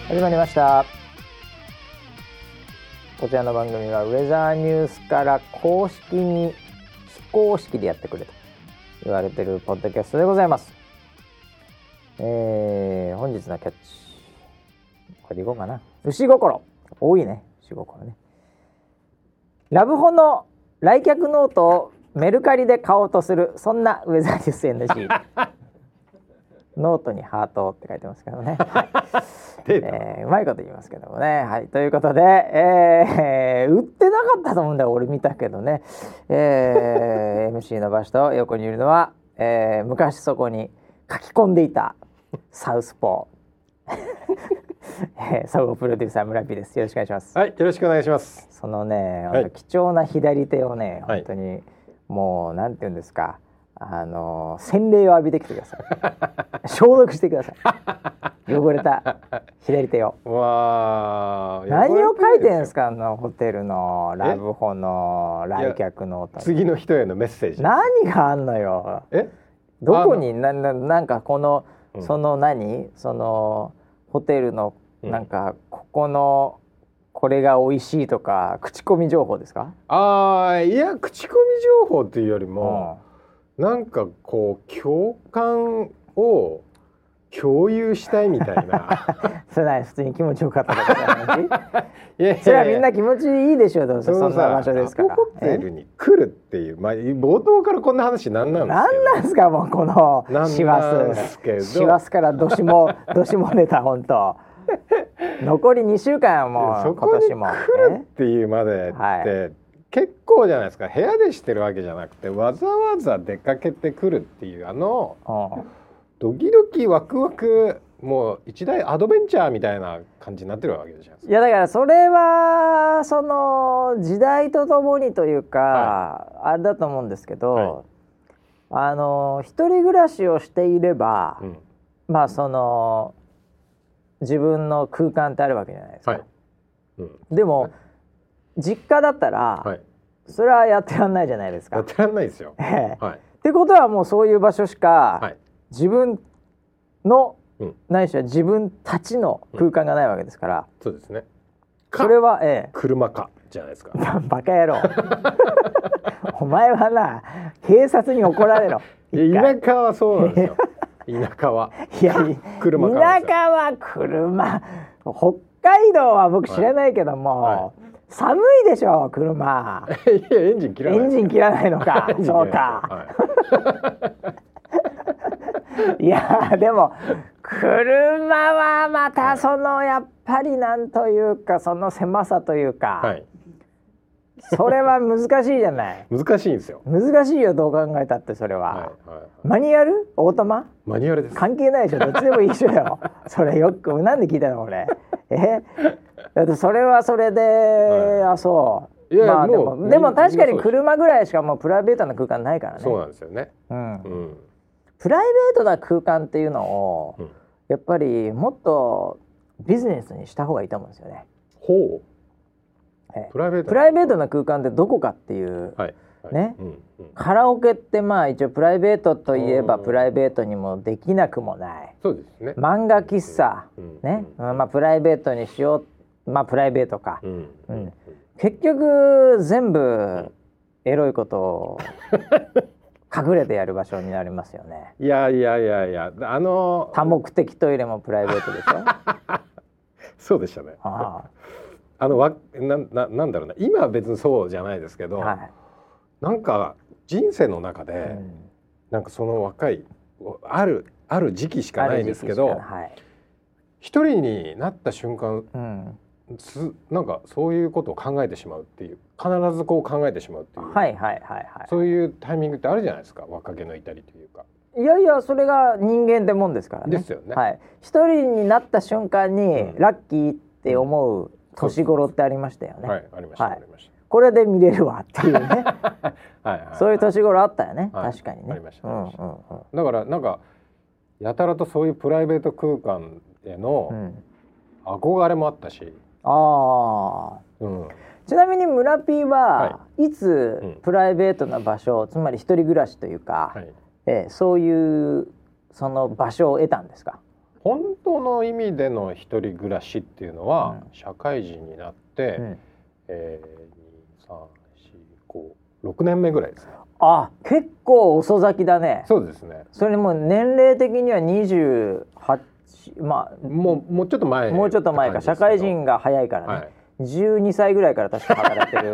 始まりました。こちらの番組はウェザーニュースから公式に非公式でやってくれと言われているポッドキャストでございます。本日のキャッチこれでいこうかな。牛心多いね。牛心ね。ラブホの来客ノートをメルカリで買おうとする、そんなウェザーニュース NG ノートにハートって書いてますけどね、はいうまいこと言いますけどもね、はい、ということで、売ってなかったと思うんだよ、俺見たけどね、MC の場所と横にいるのは、昔そこに書き込んでいたサウスポー総合プロデューサー村 P です。よろしくお願いします。 はい、よろしくお願いします。 そのね、 はい、 貴重な左手をね、 はい、 本当にもうなんて言うんですか、洗礼を浴びてきてください消毒してください汚れた左手を。 わー、 何を書いてんですか、ホテルのラブホの来客ノートに。 次の人へのメッセージ。 何があんのよ。どこになんかこの、その何そのホテルのなんか、ここのこれが美味しいとか口コミ情報ですか？ いや、口コミ情報っていうよりも、なんかこう共感を共有したいみたいなそれは普通に気持ちよかったとかじゃないそれはみんな気持ちいいでしょう。どうせそんな場所ですから。 ホテルに来るっていう、冒頭からこんな話なんですけど、 なんなんですかもうこの師走からどしもネタ本当残り2週間もう今年も来るっていうまでって、結構じゃないですか。部屋でしてるわけじゃなくて、わざわざ出かけてくるっていうドキドキワクワク、もう一大アドベンチャーみたいな感じになってるわけじゃないですか。 いやだからそれはその時代とともにというか、あれだと思うんですけど、一人暮らしをしていれば、まあその自分の空間ってあるわけじゃないですか、でも実家だったら、それはやってらんないじゃないですか。 やってらんないですよ。 ってことはもうそういう場所しか、自分の、ないしは自分たちの空間がないわけですから、 そうですね。 それは、 車かじゃないですか。 バカ野郎お前はな警察に怒られろ。 田舎はそうなんですよ田舎はいや車田舎は車、北海道は僕知らないけども、寒いでしょ車いやエンジン切らないのかそうか、いやでも車はまたそのやっぱりなんというか、その狭さというか、それは難しいじゃない。 難しいんですよ。 難しいよ、どう考えたってそれは、マニュアルオートママニュアルです。 関係ないでしょ、どっちでも一緒よそれよくなんで聞いたの俺だってそれはそれで、そう、いや、でも確かに車ぐらいしかもうプライベートな空間ないからね。 そうなんですよね、 プライベートな空間っていうのを、やっぱりもっとビジネスにした方がいいと思うんですよね。プライベートな空間ってどこかっていう、カラオケってまあ一応プライベートといえばプライベートにもできなくもない。 そうですね。 漫画喫茶、プライベートにしよう、プライベートか、結局全部エロいことを隠れてやる場所になりますよね。 いや多目的トイレもプライベートでしょそうでしたね。なんだろうな、今は別にそうじゃないですけど、なんか人生の中で、なんかその若いある時期しかないですけど、一人になった瞬間、なんかそういうことを考えてしまうっていう、必ずこう考えてしまうっていう、そういうタイミングってあるじゃないですか、若気の至りというか。 いやいや、それが人間ってもんですからね。 ですよね。 一人になった瞬間に、ラッキーって思う年頃ってありましたよね。 ありました、ありました。 これで見れるわっていうねそういう年頃あったよね、確かにね。 ありました、だからなんかやたらとそういうプライベート空間への憧れもあったし、 ちなみに村 P はいつプライベートな場所、つまり一人暮らしというか、そういうその場所を得たんですか？ 本当の意味での一人暮らしっていうのは、社会人になって、6年目ぐらいですね。 あ、結構遅咲きだね。 そうですね。 それにもう年齢的には28、まあもうちょっと前、 もうちょっと前か。社会人が早いからね、はい、12歳ぐらいから確か働いてる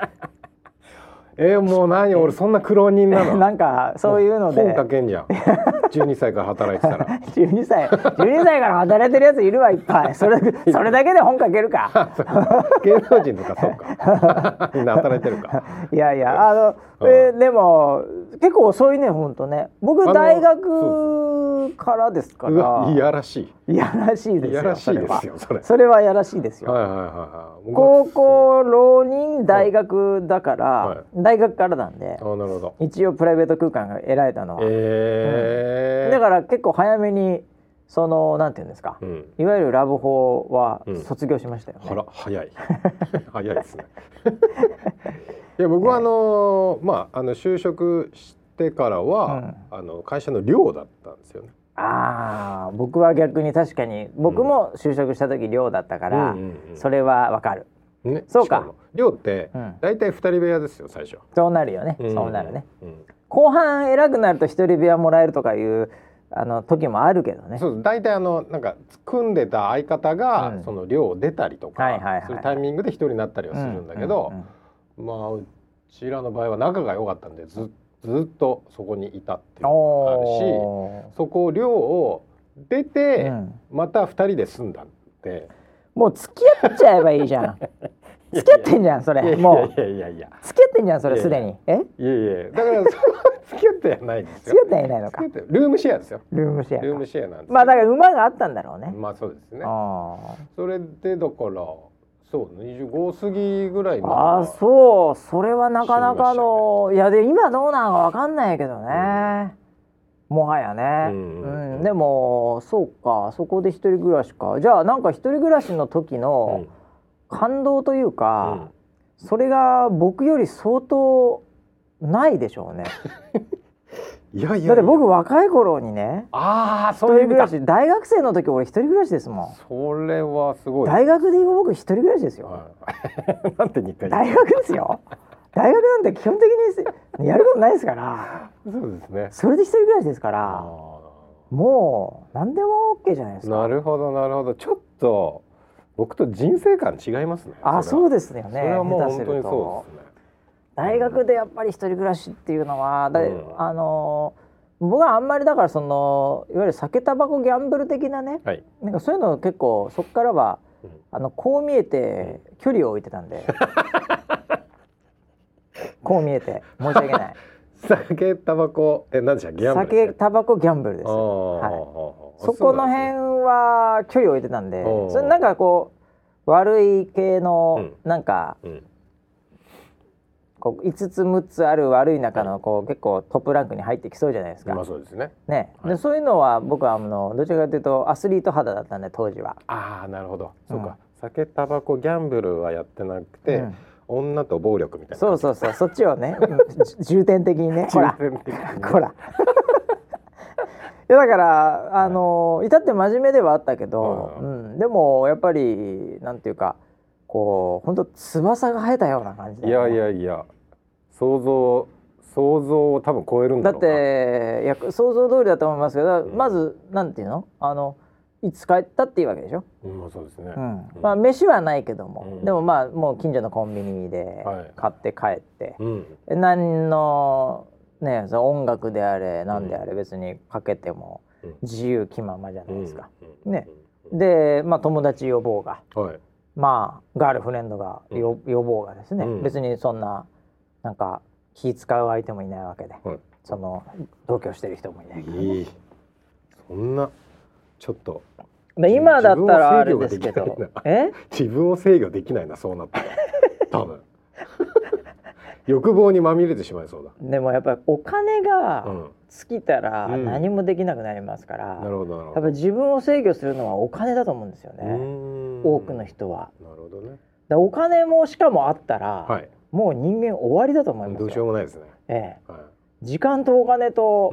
もう何俺そんな苦労人なのなんかそういうので本書けんじゃん12歳から働いてたら 12歳から働いてるやついるわいっぱいそれだけで本書けるか芸能人とかそうかみんな働いてるかいやいやでも結構遅いねほんとね。僕大学からですから。 いやらしい。 いやらしいですよ。 いやらしいですよそれはやらしいですよ。高校浪人大学だから、はい、大学からなんで。 なるほど。 一応プライベート空間が得られたのは。だから結構早めにそのなんていうんですか、いわゆるラブホは卒業しましたよね。 早い早いですね。いや僕は就職してからは、会社の寮だったんですよね。 ああ、僕は逆に確かに僕も就職した時寮だったから、それはわかる。ね、そうか。 寮ってだいたい2人部屋ですよ最初。 そうなるよね。そうなるね。後半偉くなると1人部屋もらえるとかいう時もあるけどね。 そうだいたいなんか組んでた相方が、その寮を出たりとかそういうタイミングで1人になったりはするんだけど、まあうちらの場合は仲が良かったんでずっとそこにいたっていうのがあるし、そこ寮を出て、また2人で住んだんで、 もう付き合っちゃえばいいじゃん。付き合ってんじゃんそれ。もう付き合ってんじゃんそれすでに。 いやだから付き合ってはないんですよ。 付き合ってはいないのか。 ルームシェアですよ。 ルームシェアなんです。 まあだから馬があったんだろうね。 まあそうですね。それでだからそう25過ぎぐらいまで。そうそれはなかなかの、いやで今どうなのかわかんないけどね。もはやね。でもそうか、そこで一人暮らしか。じゃあなんか一人暮らしの時の感動というか、それが僕より相当ないでしょうね。 いやだって僕若い頃にね、 一人暮らし大学生の時俺一人暮らしですもん。 それはすごい。 大学で僕一人暮らしですよ。 なんて2回大学ですよ。大学なんて基本的にやることないですから。 そうですね。 それで一人暮らしですから、もう何でも OK じゃないですか。 なるほど。ちょっと僕と人生観違いますね。 そうですよね。 それはもう本当にそうですね。 大学でやっぱり一人暮らしっていうのは、僕はあんまりだからいわゆる酒タバコギャンブル的なね、なんかそういうの結構そこからは、こう見えて距離を置いてたんで、こう見えて申し訳ない。 酒タバコ何でしたっけ？ギャンブルですか？ 酒タバコギャンブルです。そこの辺は距離を置いてたんで、それなんかこう悪い系のなんか。こう5つ6つある悪い中のこう結構トップランクに入ってきそうじゃないですか。 まあそうですね。 でそういうのは僕はどちらかというとアスリート肌だったんで当時は。 なるほど。そうか。酒タバコギャンブルはやってなくて、女と暴力みたいな。 そうそっちをね重点的にね。ほら。いやだから至って真面目ではあったけど、でもやっぱりなんていうか。こう本当翼が生えたような感じで、 ね、いや想像を多分超えるんだろうな。 だって想像通りだと思いますけど、まずなんていうのいつ帰ったっていうわけでしょ。 そうですね。 まあ飯はないけども、でもまあもう近所のコンビニで買って帰って、何のねその音楽であれ何であれ別にかけても自由気ままじゃないですか。ね。でまあ友達呼ぼうが。まあガールフレンドが呼ぼうがですね、別にそんななんか気使う相手もいないわけで、その同居してる人もいないけど、 そんなちょっと今だったらあれですけど自分を制御できないなそうなったら多分欲望にまみれてしまいそうだ。 でもやっぱりお金が尽きたら何もできなくなりますから、やっぱり自分を制御するのはお金だと思うんですよね。多くの人は。 なるほどね。 お金もしかもあったら、もう人間終わりだと思いますよ。 どうしようもないですね。 時間とお金と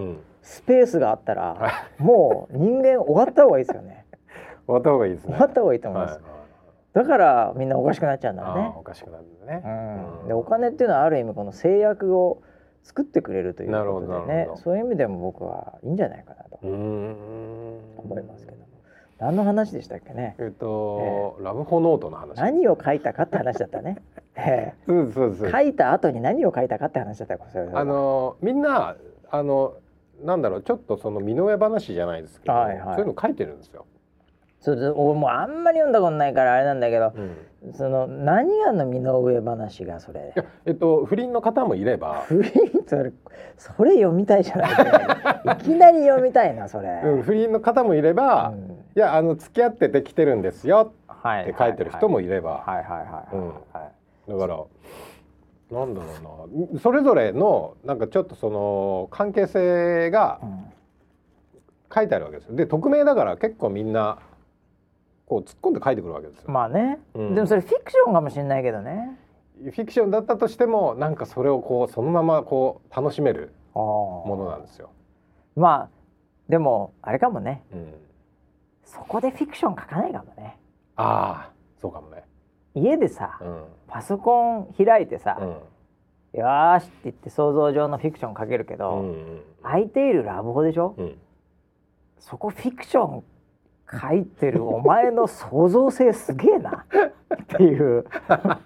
スペースがあったらもう人間終わった方がいいですよね。 終わった方がいいですね。 終わった方がいいと思います、だからみんなおかしくなっちゃうんだね。 おかしくなるんだね、 でお金っていうのはある意味この制約を作ってくれるということでね、そういう意味でも僕はいいんじゃないかなと思いますけども。何の話でしたっけね。 ラブホノートの話。 何を書いたかって話だったね。そう書いた後に何を書いたかって話だった。 みんななんだろう、ちょっとその身の上話じゃないですけど、そういうの書いてるんですよ。 俺もうあんまり読んだことないからあれなんだけど、その何がの身の上話がそれ。 不倫の方もいれば。 不倫それ読みたいじゃないか。いきなり読みたいなそれ。 不倫の方もいれば、いや付き合っててきてるんですよって書いてる人もいれば。だからなんだろうな、それぞれのなんかちょっとその関係性が書いてあるわけですよ。で匿名だから結構みんなこう突っ込んで書いてくるわけですよ。 まあね、でもそれフィクションかもしれないけどね。 フィクションだったとしてもなんかそれをこうそのままこう楽しめるものなんですよ。 まあでもあれかもね、そこでフィクション書かないかもね。 ああそうかもね。 家でさ、パソコン開いてさ、よーしって言って想像上のフィクション書けるけど、空いているラブホでしょ、そこフィクション書いてるお前の創造性すげえなっていう確か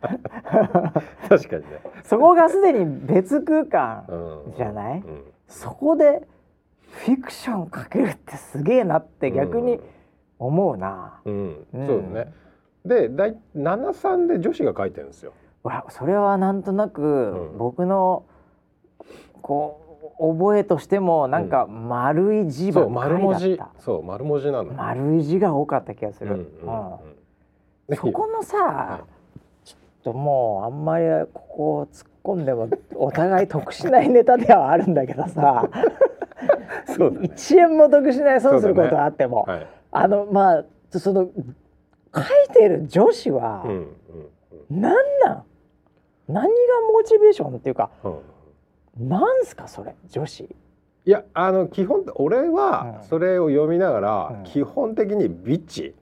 にね。 そこがすでに別空間じゃない、そこでフィクション書けるってすげえなって逆に思うな。 そうね。で73で女子が書いてるんですよ。 それはなんとなく僕のこう覚えとしてもなんか丸い字ばっかりだった。 そう丸文字なの。 丸い字が多かった気がする。そこのさ、ちょっともうあんまりここを突っ込んでもお互い得しないネタではあるんだけどさそうだね、1円も得しない損することはあっても、まあその書いてる女子は何がモチベーションっていうか、なんすかそれ女子。 いや基本俺はそれを読みながら、基本的にビッチ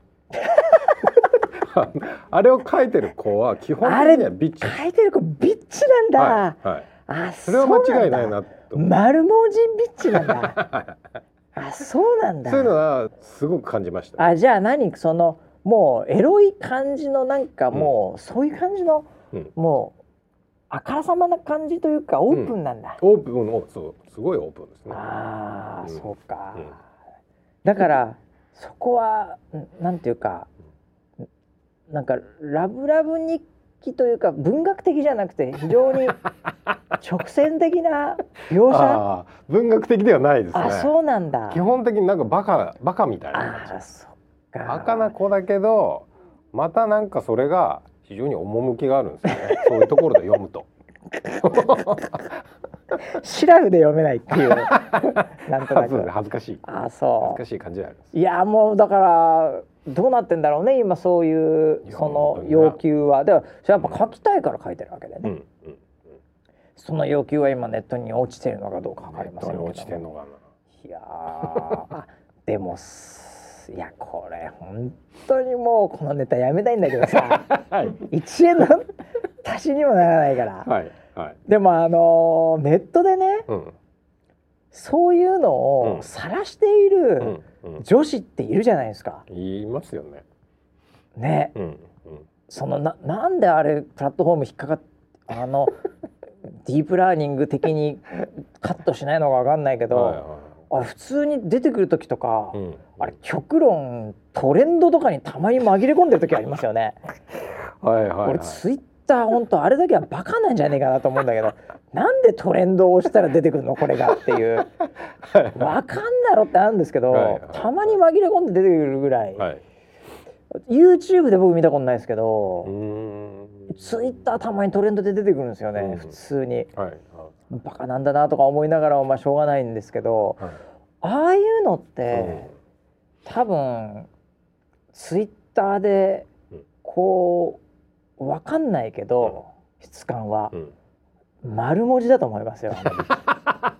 あれを書いてる子は基本的にはビッチ。 書いてる子ビッチなんだ。 それは間違いないなと。 丸文字ビッチなんだ。そうなんだ。 そういうのはすごく感じました。 じゃあそのもうエロい感じのなんかもう、そういう感じの、もうあからさまな感じというかオープンなんだ。 オープンそうすごいオープンですね。 そうか、だからそこはなんていうかなんかラブラブ日記というか文学的じゃなくて非常に直線的な描写。 文学的ではないですね。 そうなんだ。 基本的になんかバカみたいな感じ。バカな子だけどまたなんかそれが非常に趣があるんですよねそういうところで読むとシラフで読めないっていうなんとなく恥ずかしい。 恥ずかしい感じであります。 いやもうだからどうなってんだろうね今そういうその要求は。だからやっぱ書きたいから書いてるわけでね、その要求は今ネットに落ちてるのかどうか分かりませんけども。 落ちてるのかな。 いやでもいやこれ本当にもうこのネタやめたいんだけどさ、1円の足しにもならないから、でもネットでね、そういうのを晒している女子っているじゃないですか。 いますよね。 ね、そのなんであれプラットフォーム引っかかっディープラーニング的にカットしないのか分かんないけど、普通に出てくる時とか、あれ極論トレンドとかにたまに紛れ込んでる時ありますよね。俺ツイッター本当あれだけはバカなんじゃねえかなと思うんだけどなんでトレンドを押したら出てくるのこれがっていうわかんだろってあるんですけど、たまに紛れ込んで出てくるぐらい、YouTube で僕見たことないですけどツイッターたまにトレンドで出てくるんですよね、普通に。バカなんだなとか思いながらしょうがないんですけど、ああいうのって、多分ツイッターでこう分かんないけど、質感は、丸文字だと思いますよ。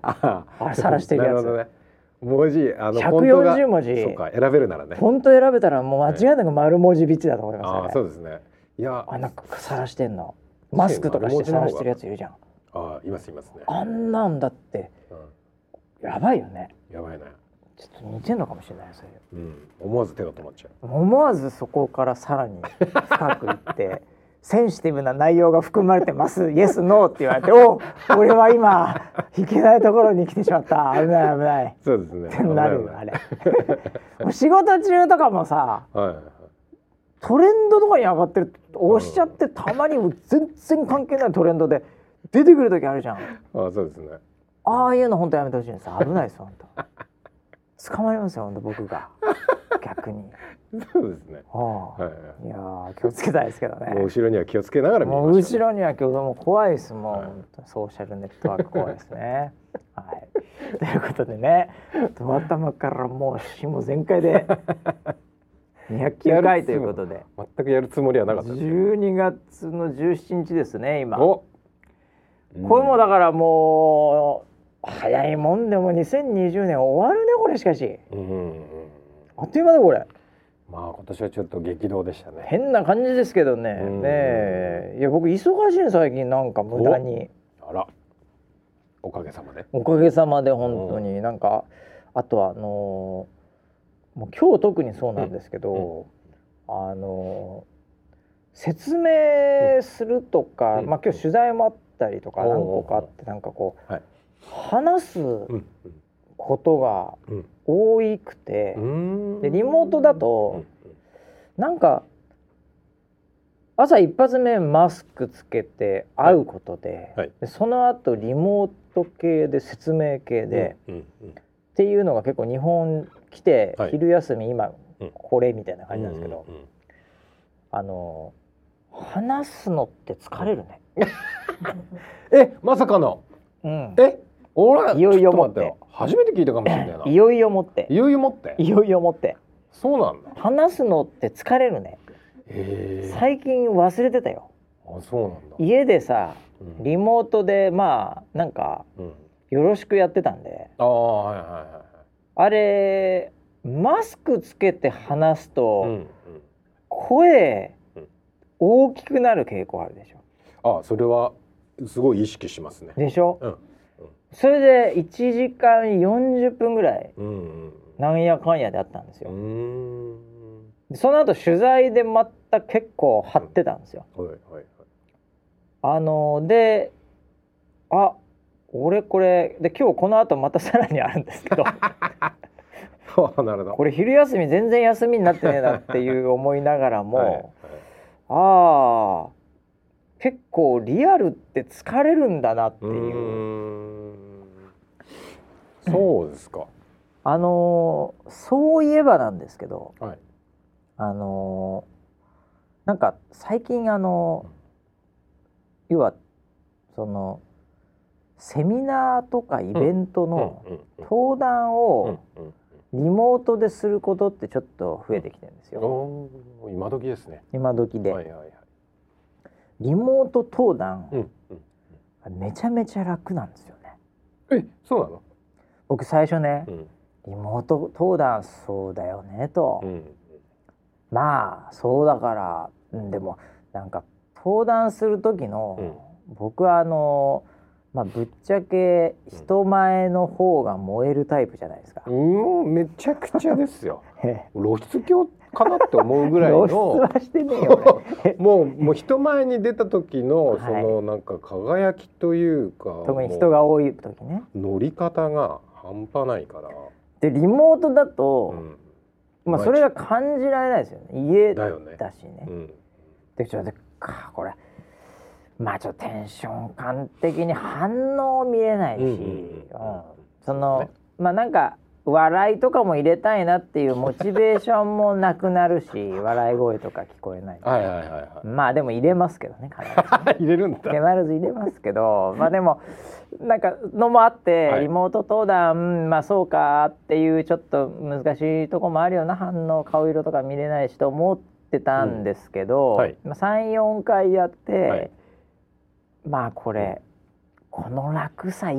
あれ晒してるやつ。 なるほどね。文字 140文字。 そうか、選べるならね。 フォント選べたらもう間違いなく丸文字ビッチだと思いますよね。 そうですね。いや、 なんか晒してんの。マスクとかして晒してるやついるじゃん。 いますね。 あんなんだって、やばいよね。 やばいね。 ちょっと似てんのかもしれないそういう。 思わず手が止まっちゃう。 思わずそこからさらに深くいってセンシティブな内容が含まれてますイエスノーって言われて俺は今いけないところに来てしまった、危ない危ない、 そうですね、 ってなるよあれ仕事中とかもさ、トレンドとかに上がってる押しちゃって、たまに全然関係ないトレンドで出てくる時あるじゃん。 そうですね。 ああいうの本当やめてほしいんです。危ないです本当。捕まりますよ本当僕が逆に。 そうですね。 いや気をつけたいですけどね。 もう後ろには気をつけながら見ましょう。 もう後ろには今日も怖いですもん、ソーシャルネットワーク怖いですね。はい。ということでね、ド頭からもう死も全開で209回ということで、 全くやるつもりはなかったです。 12月の17日ですね今。これもだからもう早いもんでも2020年終わるねこれしかし。あっという間だこれ。 まあ今年はちょっと激動でしたね。 変な感じですけどね。いや僕忙しいの最近なんか無駄に。 あら。おかげさまで。 おかげさまで本当になんかあともう今日特にそうなんですけど、説明するとか、まあ今日取材もあったりとか何個かあってなんかこう、話すことが多くて、でリモートだとなんか朝一発目マスクつけて会うことで、でその後リモート系で説明系で、っていうのが結構日本来て、昼休み今これみたいな感じなんですけど、話すのって疲れるね。 まさかの。いよいよもって初めて聞いたかもしれないな。 いよいよもっていよいよもっていよいよもってそうなんだ。 話すのって疲れるね。最近忘れてたよ。 そうなんだ。 家でさリモートでまあなんかよろしくやってたんで、あれマスクつけて話すと声大きくなる傾向あるでしょ。 それはすごい意識しますね。 でしょ。それで1時間40分ぐらいなんやかんやであったんですよ。その後取材でまた結構張ってたんですよ。で俺これで今日この後またさらにあるんですけどこれ昼休み全然休みになってねえなっていう思いながらも結構リアルって疲れるんだなっていう。 そうですか。 そういえばなんですけど、なんか最近要はそのセミナーとかイベントの登壇をリモートですることってちょっと増えてきてるんですよ。 今時ですね。 今時で、リモート登壇、めちゃめちゃ楽なんですよね。 そうなの？ 僕最初ね、リモート登壇そうだよねと、まあそうだから、でもなんか登壇する時の、僕はぶっちゃけ人前の方が燃えるタイプじゃないですか。 めちゃくちゃですよ。露出狂かなって思うぐらいの露出はしてねえよもう人前に出た時のそのなんか輝きというか、 特に人が多い時ね、 乗り方が半端ないから。 でリモートだと、まあそれが感じられないですよね。家だしね。でちょっとこれまあちょっとテンション感的に反応見れないし、そのまあなんか笑いとかも入れたいなっていうモチベーションもなくなるし笑い声とか聞こえないまあでも入れますけどね、必ずね入れるんだ。 必ず入れますけど、まあでもなんかのもあって、リモート登壇、まあそうかっていうちょっと難しいとこもあるよな、反応顔色とか見れないしと思ってたんですけど、3、4回やって、まあこれこの楽さ1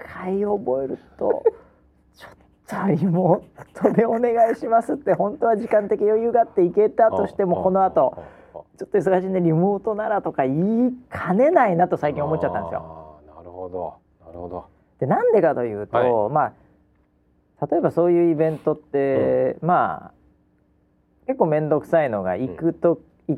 回覚えるとちょっとリモートでお願いしますって本当は時間的余裕があって行けたとしてもこの後ちょっと忙しいんでリモートならとか言いかねないなと最近思っちゃったんですよ。 なるほどなるほど。 でなんでかというと、まあ例えばそういうイベントって、まあ結構面倒くさいのが行くと行って、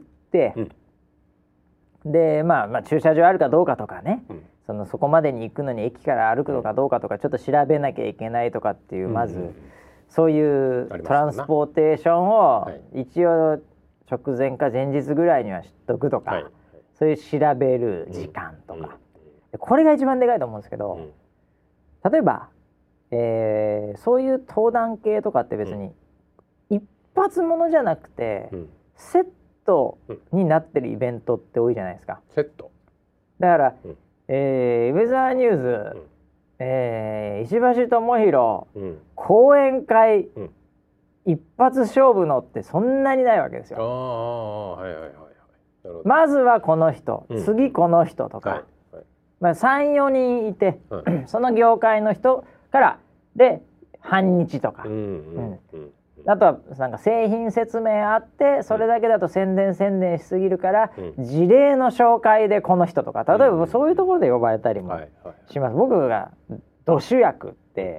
でまあ駐車場あるかどうかとかね、そこまでに行くのに駅から歩くのかどうかとかちょっと調べなきゃいけないとかっていうまずそういうトランスポーテーションを一応直前か前日ぐらいには知っとくとか、そういう調べる時間とか、これが一番でかいと思うんですけど、例えば、そういう登壇系とかって別に一発ものじゃなくて、セットになってるイベントって多いじゃないですか。 セットだから、ウェザーニューズ、石橋智弘、講演会、一発勝負のってそんなにないわけですよ。まずはこの人、次この人とか、まあ、3、4人いて、その業界の人からで半日とか、あとはなんか製品説明あってそれだけだと宣伝しすぎるから、事例の紹介でこの人とか例えばそういうところで呼ばれたりもします。僕がど主役って、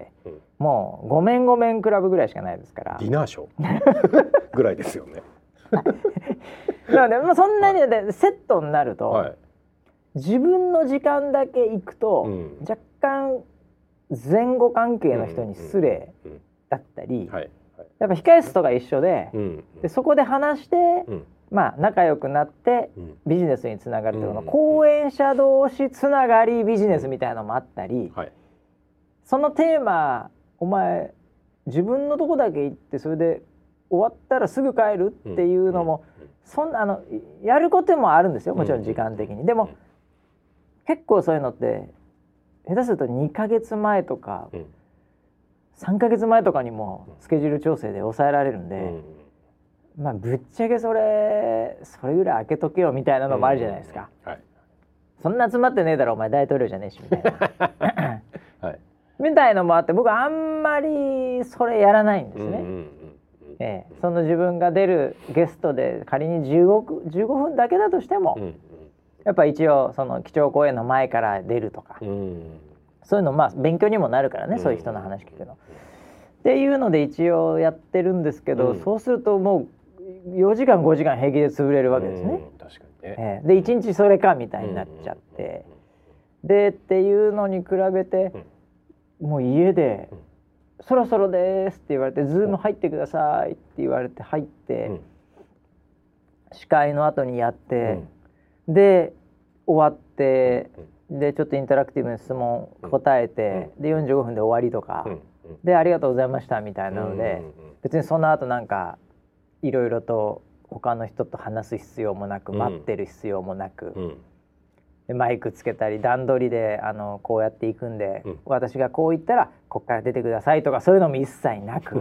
もうごめんごめんクラブぐらいしかないですから。 ディナーショーぐらいですよね。 なので、まあ、そんなにでセットになると、自分の時間だけ行くと、若干前後関係の人に失礼だったり、やっぱ控室とか一緒で、でそこで話して、まあ仲良くなってビジネスにつながるというの、講演者同士つながりビジネスみたいなのもあったり、そのテーマお前自分のとこだけ行ってそれで終わったらすぐ帰るっていうのも、やることもあるんですよ、もちろん時間的に。でも結構そういうのって下手すると2ヶ月前とか、3ヶ月前とかにもスケジュール調整で抑えられるんで、まあぶっちゃけそれぐらい開けとけよみたいなのもあるじゃないですか。そんな集まってねえだろお前大統領じゃねえしみたいな、みたいのもあって僕あんまりそれやらないんですね。その自分が出るゲストで仮に15分だけだとしても、やっぱ一応その基調講演の前から出るとか、そういうのまあ勉強にもなるからね、そういう人の話聞くのっていうので一応やってるんですけど、そうするともう4時間5時間平気で潰れるわけですね。 確かにね。 で1日それかみたいになっちゃって、でっていうのに比べて、もう家でそろそろですって言われて、ズーム入ってくださいって言われて入って、司会の後にやって、で終わって、でちょっとインタラクティブな質問答えて、で45分で終わりとか、でありがとうございましたみたいなので、別にその後なんかいろいろと他の人と話す必要もなく、待ってる必要もなく、でマイクつけたり段取りでこうやっていくんで、私がこう言ったらこっから出てくださいとかそういうのも一切なく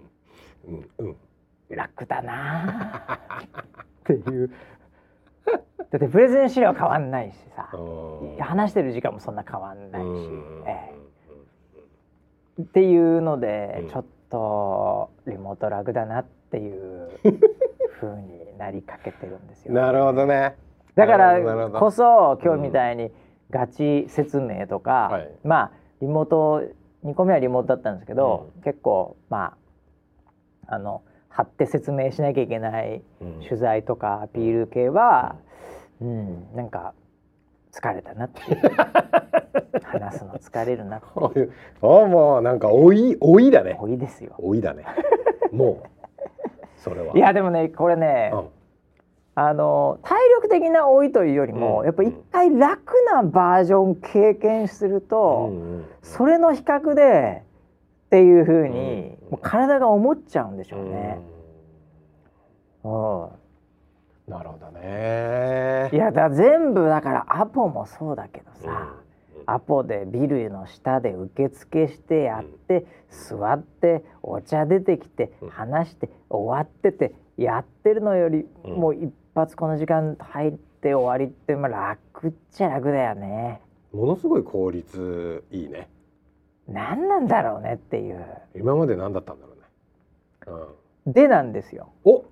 楽だなっていう。だってプレゼン資料変わんないしさ、話してる時間もそんな変わんないし、っていうので、ちょっとリモート楽だなっていう風になりかけてるんですよ。 なるほどね。 だからこそ今日みたいにガチ説明とか、まあリモート2個目はリモートだったんですけど、結構まあ貼って説明しなきゃいけない取材とかアピール系は、なんか疲れたなっていう話すの疲れるなっていうもうなんか老いだね。 老いですよ。 老いだね。もうそれは。 いやでもねこれね、体力的な老いというよりも、やっぱ一回楽なバージョン経験すると、それの比較でっていう風に、もう体が思っちゃうんでしょうね。 なるほどね。 いや全部だからアポもそうだけどさ、アポでビルの下で受付してやって、座ってお茶出てきて話して終わっててやってるのより、もう一発この時間入って終わりって、まあ楽っちゃ楽だよね。 ものすごい効率いいね。 何なんだろうねっていう。 今まで何だったんだろうね。 でなんですよ。 お、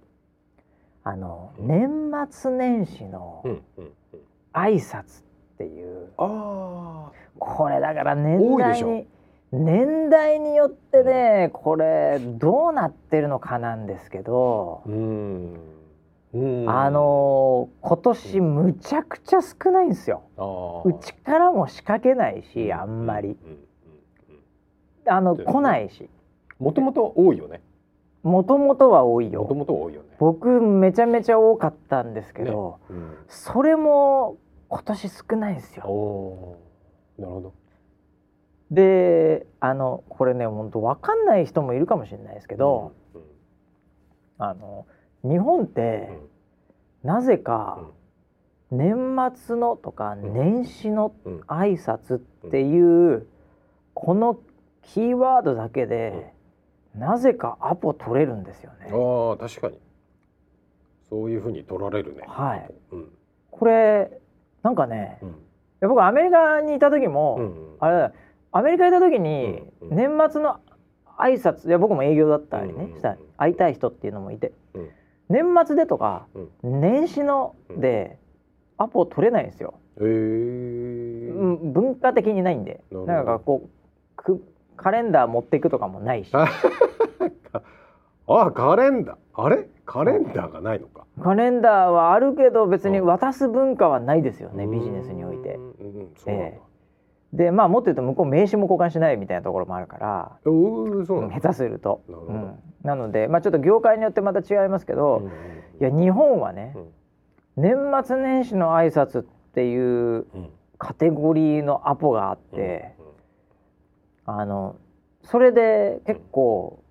年末年始の挨拶っていう、これだから年代によってね、これどうなってるのかなんですけど、今年むちゃくちゃ少ないんですよ。うちからも仕掛けないし、あんまり来ないし。 もともと多いよね。 もともとは多いよ。 もともと多いよね。 僕めちゃめちゃ多かったんですけど、ね、それも今年少ないんですよ。 なるほど。 でこれね本当分かんない人もいるかもしれないですけど、日本って、なぜか年末のとか年始の挨拶っていうこのキーワードだけで、なぜかアポ取れるんですよね。 確かにそういう風に取られるね。 はい、これなんかね、僕アメリカにいた時も、アメリカにいた時に年末の挨拶、いや僕も営業だったりね、したら会いたい人っていうのもいて、年末でとか、年始のでアポ取れないんですよ。文化的にないんで、なんかこうカレンダー持っていくとかもないし。カレンダー、カレンダーがないのか。 カレンダーはあるけど別に渡す文化はないですよね、ビジネスにおいて。でもっと言うと向こう名刺も交換しないみたいなところもあるから、下手すると。なのでちょっと業界によってまた違いますけど、いや日本はね、年末年始の挨拶っていうカテゴリーのアポがあって、それで結構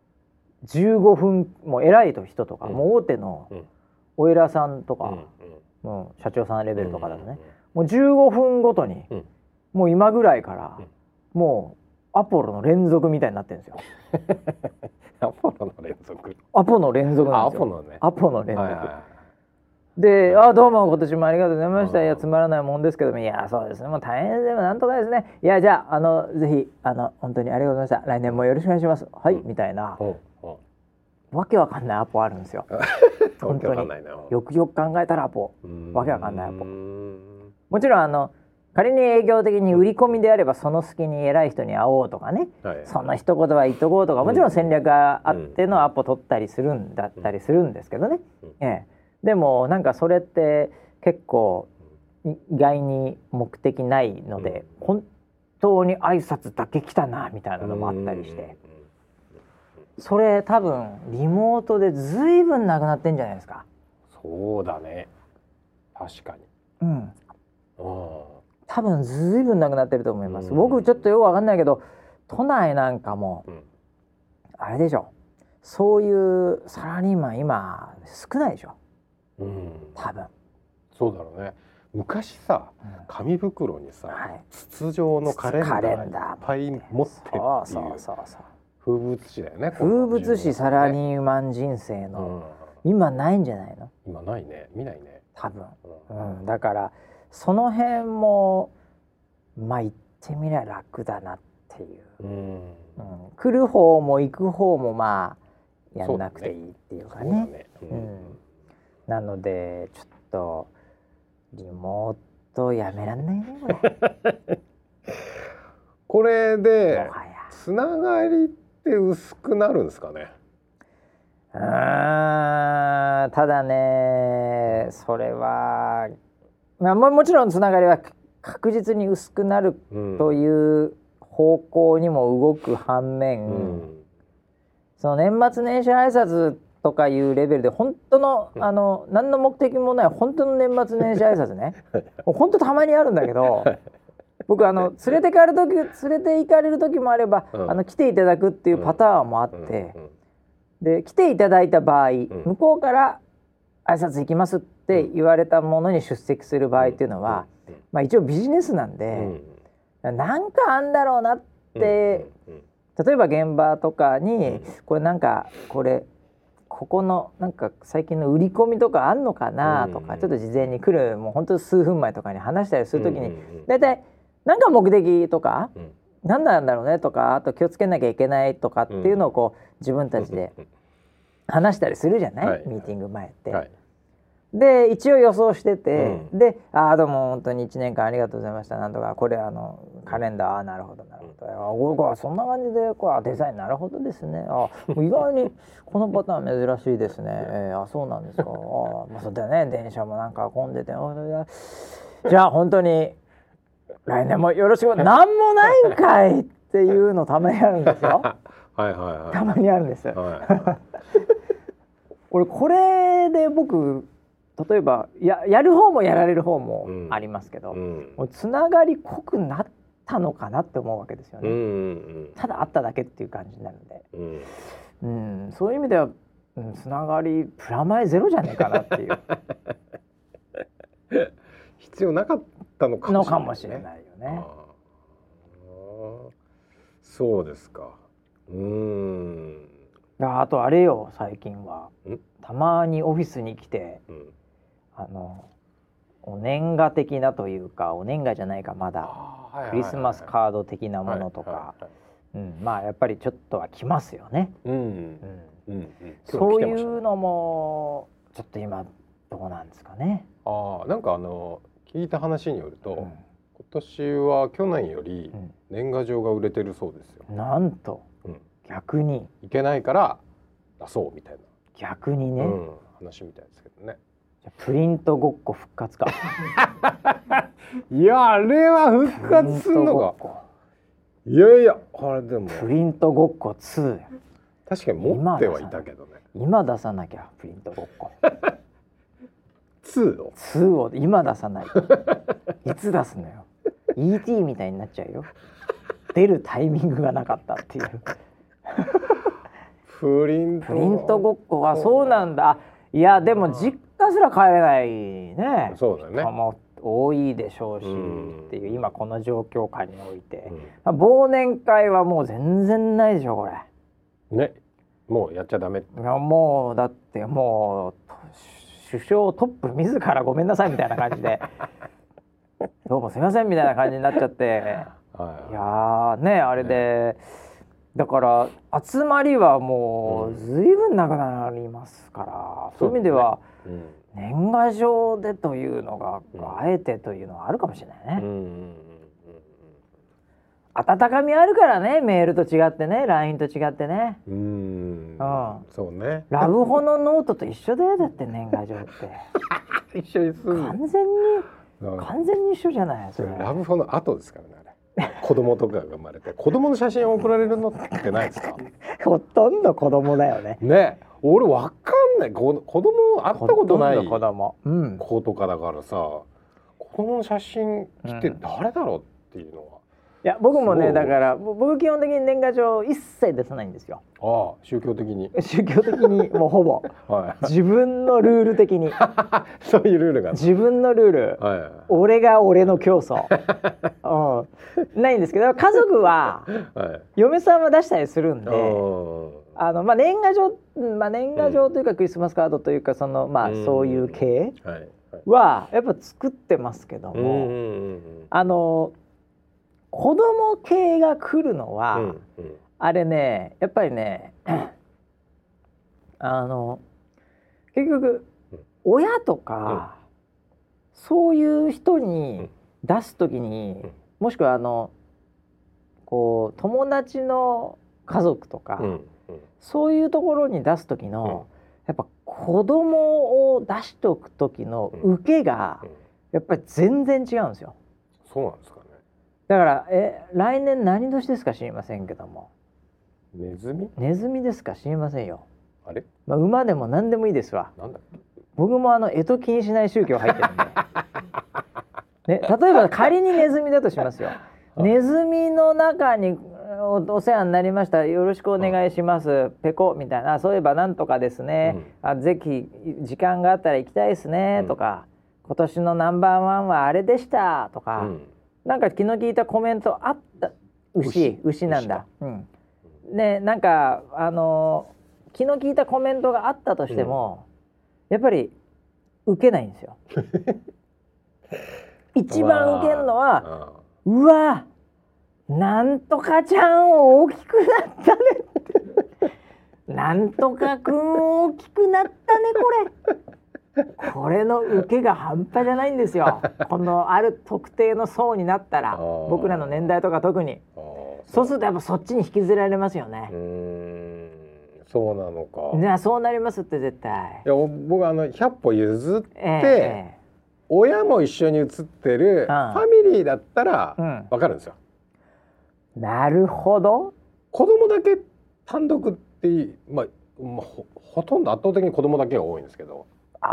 15分も偉い人とか、もう大手のお偉さんとか、もう社長さんレベルとかだとね、もう15分ごとに、もう今ぐらいからもうアポロの連続みたいになってるんですよ。 アポロの連続。 アポの連続なんですよ。アポの連続。で、どうも今年もありがとうございました。いやつまらないもんですけども、いやそうですね、もう大変でもなんとかですね。いやじゃあぜひ本当にありがとうございました。来年もよろしくお願いします。はい、みたいなわけわかんないアポあるんですよ。本当によくよく考えたらアポ、わけわかんないアポ。もちろん仮に営業的に売り込みであればその隙に偉い人に会おうとかね、その一言は言っとこうとか、もちろん戦略があってのアポ取ったりするんだったりするんですけどね。でもなんかそれって結構意外に目的ないので、本当に挨拶だけ来たなみたいなのもあったりして、それ多分リモートでずいぶんなくなってんじゃないですか。 そうだね、確かに。 多分ずいぶんなくなってると思います。僕ちょっとよくわかんないけど、都内なんかも、あれでしょ、そういうサラリーマン今少ないでしょ。多分そうだろうね。昔さ、紙袋にさ、筒状のカレンダーいっぱい持ってっていう風物詩だよね。 風物詩、サラリーマン人生の、今ないんじゃないの？ 今ないね、見ないね多分。だからその辺も言ってみりゃ楽だなっていう、来る方も行く方もやんなくていいっていうかね。なのでちょっとリモートやめらんないねこれ。 これでつながりって薄くなるんですかね。 ただね、それはもちろんつながりは確実に薄くなるという方向にも動く反面、その年末年始挨拶とかいうレベルで本当の何の目的もない本当の年末年始挨拶ね本当たまにあるんだけど僕連れて行かれる時もあれば、来ていただくっていうパターンもあって、で来ていただいた場合、向こうから挨拶行きますって言われたものに出席する場合っていうのは、一応ビジネスなんで、なんかあんだろうなって、例えば現場とかに、ここのなんか最近の売り込みとかあんのかなとか、ちょっと事前に来るもう本当数分前とかに話したりするときに、だいたいなんか目的とか、 何なんだろうねとか、あと気をつけなきゃいけないとかっていうのをこう自分たちで話したりするじゃない、ミーティング前って。で一応予想してて、で「どうも本当に1年間ありがとうございました」なんとか、これカレンダー、なるほどなるほど、そんな感じでこうデザイン、なるほどですね、意外にこのパターン珍しいですね、そうなんですか、そうだよね、電車もなんか混んでて、じゃあ本当に来年もよろしく、なんもないんかいっていうのたまにあるんですよ。たまにあるんです。俺これで僕例えばやる方もやられる方もありますけど、つながり濃くなったのかなって思うわけですよね。ただ会っただけっていう感じになるんで、そういう意味では、つながりプラマイゼロじゃねえかなっていう必要なかったのかもしれないよね。そうですか。 あとあれよ、最近はたまにオフィスに来て、お年賀的なというか、お年賀じゃないか、まだクリスマスカード的なものとか、まあやっぱりちょっとは来ますよね。そういうのもちょっと今どうなんですかね。 なんか聞いた話によると、今年は去年より年賀状が売れてるそうですよ。 なんと、逆にいけないから出そうみたいな、 逆にね、 話みたいですけどね。 プリントごっこ復活か。 いや、あれは復活するのか。いやいや、あれでもプリントごっこ2、 確かに持ってはいたけどね。 今出さなきゃ、プリントごっこ 2 を今出さないといつ出すのよ。 ET みたいになっちゃうよ。出るタイミングがなかったっていうプリントごっこはそうなんだ。いやでも実家すら帰れないね。 そうだね。 も多いでしょうしっていう、今この状況下において、忘年会はもう全然ないでしょこれ。 ね、もうやっちゃダメ。いやもうだってもう首相トップ自らごめんなさいみたいな感じでどうもすいませんみたいな感じになっちゃって、いやね、あれで。だから集まりはもうずいぶんなくなりますから、そういう意味では年賀状でというのが、あえてというのはあるかもしれないね。温かみあるからね、メールと違ってね、 LINE と違ってね。 そうね。 ラブホのノートと一緒だよ、だって年賀状って一緒にする。 完全に一緒じゃない。それラブホの後ですからね。子供とかが生まれて子供の写真を送られるのってないですか？ ほとんど子供だよね。 ね、俺わかんない。子供会ったことない子供、 子とかだからさ、子供の写真来て誰だろうっていうのは。 いや僕もね、だから僕基本的に年賀状一切出さないんですよ。 宗教的にもうほぼ、自分のルール的にそういうルールが自分のルール、俺が俺の競争ないんですけど、家族は、嫁さんは出したりするんで、年賀状というかクリスマスカードというか、そういう系はやっぱ作ってますけども、子供系が来るのは、あれね、やっぱりね結局親とか、そういう人に出すときに、もしくはこう友達の家族とか、そういうところに出すときの、やっぱ子供を出しておくときの受けがやっぱり全然違うんですよ。 そうなんですかね。 だから来年何年ですか知りませんけども、 ネズミですか知りませんよ。 あれ、 馬でも何でもいいですわ。 なんだっけ、 僕も干支気にしない宗教入ってるんでね、例えば仮にネズミだとしますよ。ネズミの中にお世話になりました、よろしくお願いします、ペコみたいな、そういえばなんとかですね、ぜひ時間があったら行きたいですね、とか、今年のナンバーワンはあれでしたとか、なんか気の利いたコメントあった。牛なんだ。ね、なんか気の利いたコメントがあったとしても、やっぱり受けないんですよ。一番受けるのは、うわなんとかちゃん大きくなったねってなんとかくん大きくなったねこれの受けが半端じゃないんですよこのある特定の層になったら僕らの年代とか特にそうするとやっぱそっちに引きずられますよね。 そうなのか。 ね、そうなりますって絶対。 いや僕100歩譲って、親も一緒に写ってるファミリーだったらわかるんですよ。 なるほど。 子供だけ単独ってほとんど圧倒的に子供だけが多いんですけど。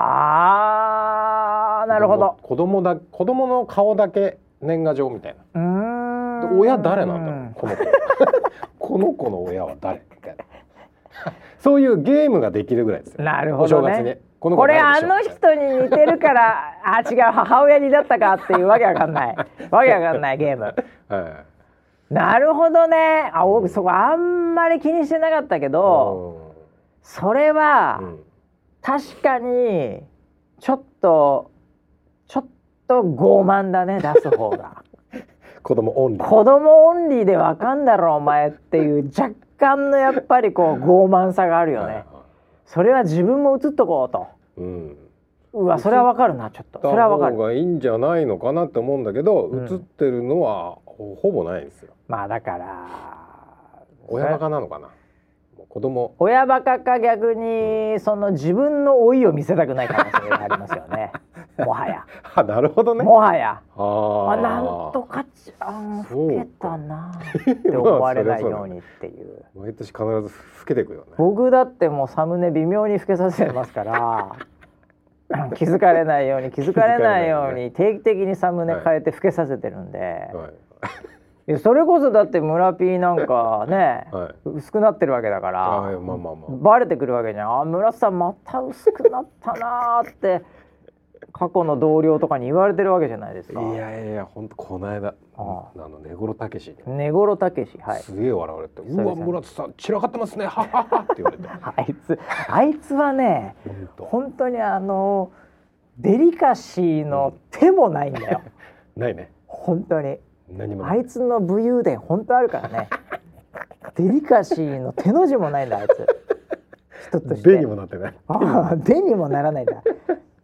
なるほど。 子供の顔だけ年賀状みたいな。親誰なんだろうこの子この子の親は誰みたいなそういうゲームができるぐらいですよ。 なるほどね。お正月にこれあの人に似てるから違う母親にだったかっていうわけわかんないゲーム、なるほどね。僕そこあんまり気にしてなかったけど、それは、確かにちょっと傲慢だね出す方が子供オンリーでわかんだろお前っていう若干のやっぱりこう傲慢さがあるよね。それは自分も映っとこうと、うわそれはわかるな。ちょっとそれはわかる。 方がいいんじゃないのかなって思うんだけど、映ってるのはほぼないんですよ。 まあだから親バカなのかな。 親バカか逆にその自分の老いを見せたくない可能性がありますよねもはやなるほどね。 もはやなんとかちゃん老けたなって思われないようにっていう毎年必ず老けていくよね。 僕だってもうサムネ微妙に老けさせてますから気づかれないように定期的にサムネ変えて老けさせてるんで、それこそだって村 P なんかね、薄くなってるわけだからバレてくるわけじゃん。村さんまた薄くなったなって過去の同僚とかに言われてるわけじゃないですか。 いや本当この間根室たけしすげえ笑われて、うわ村さん散らかってますねはははって言われてあいつはね本当にデリカシーの手もないんだよないね本当に。あいつの武勇伝本当あるからねデリカシーの手の字もないんだあいつ人として。 デにもなってない。 デにもならないんだ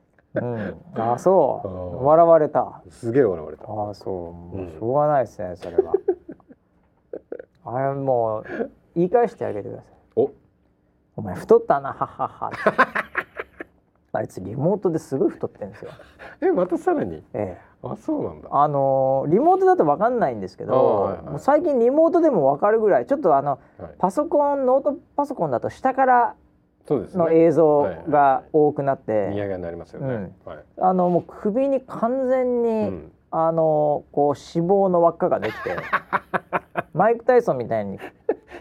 そう笑われた。 すげえ笑われた。 そうしょうがないですねそれはれもう言い返してあげてください。お前太ったなはははあいつリモートですごい太ってるんですよ。 またさらに。そうなんだ。 リモートだと分かんないんですけど、もう最近リモートでも分かるぐらいちょっとパソコンノートパソコンだと下からの映像が多くなって見上げになりますよね。 もう首に完全に、こう脂肪の輪っかができてマイク・タイソンみたいに、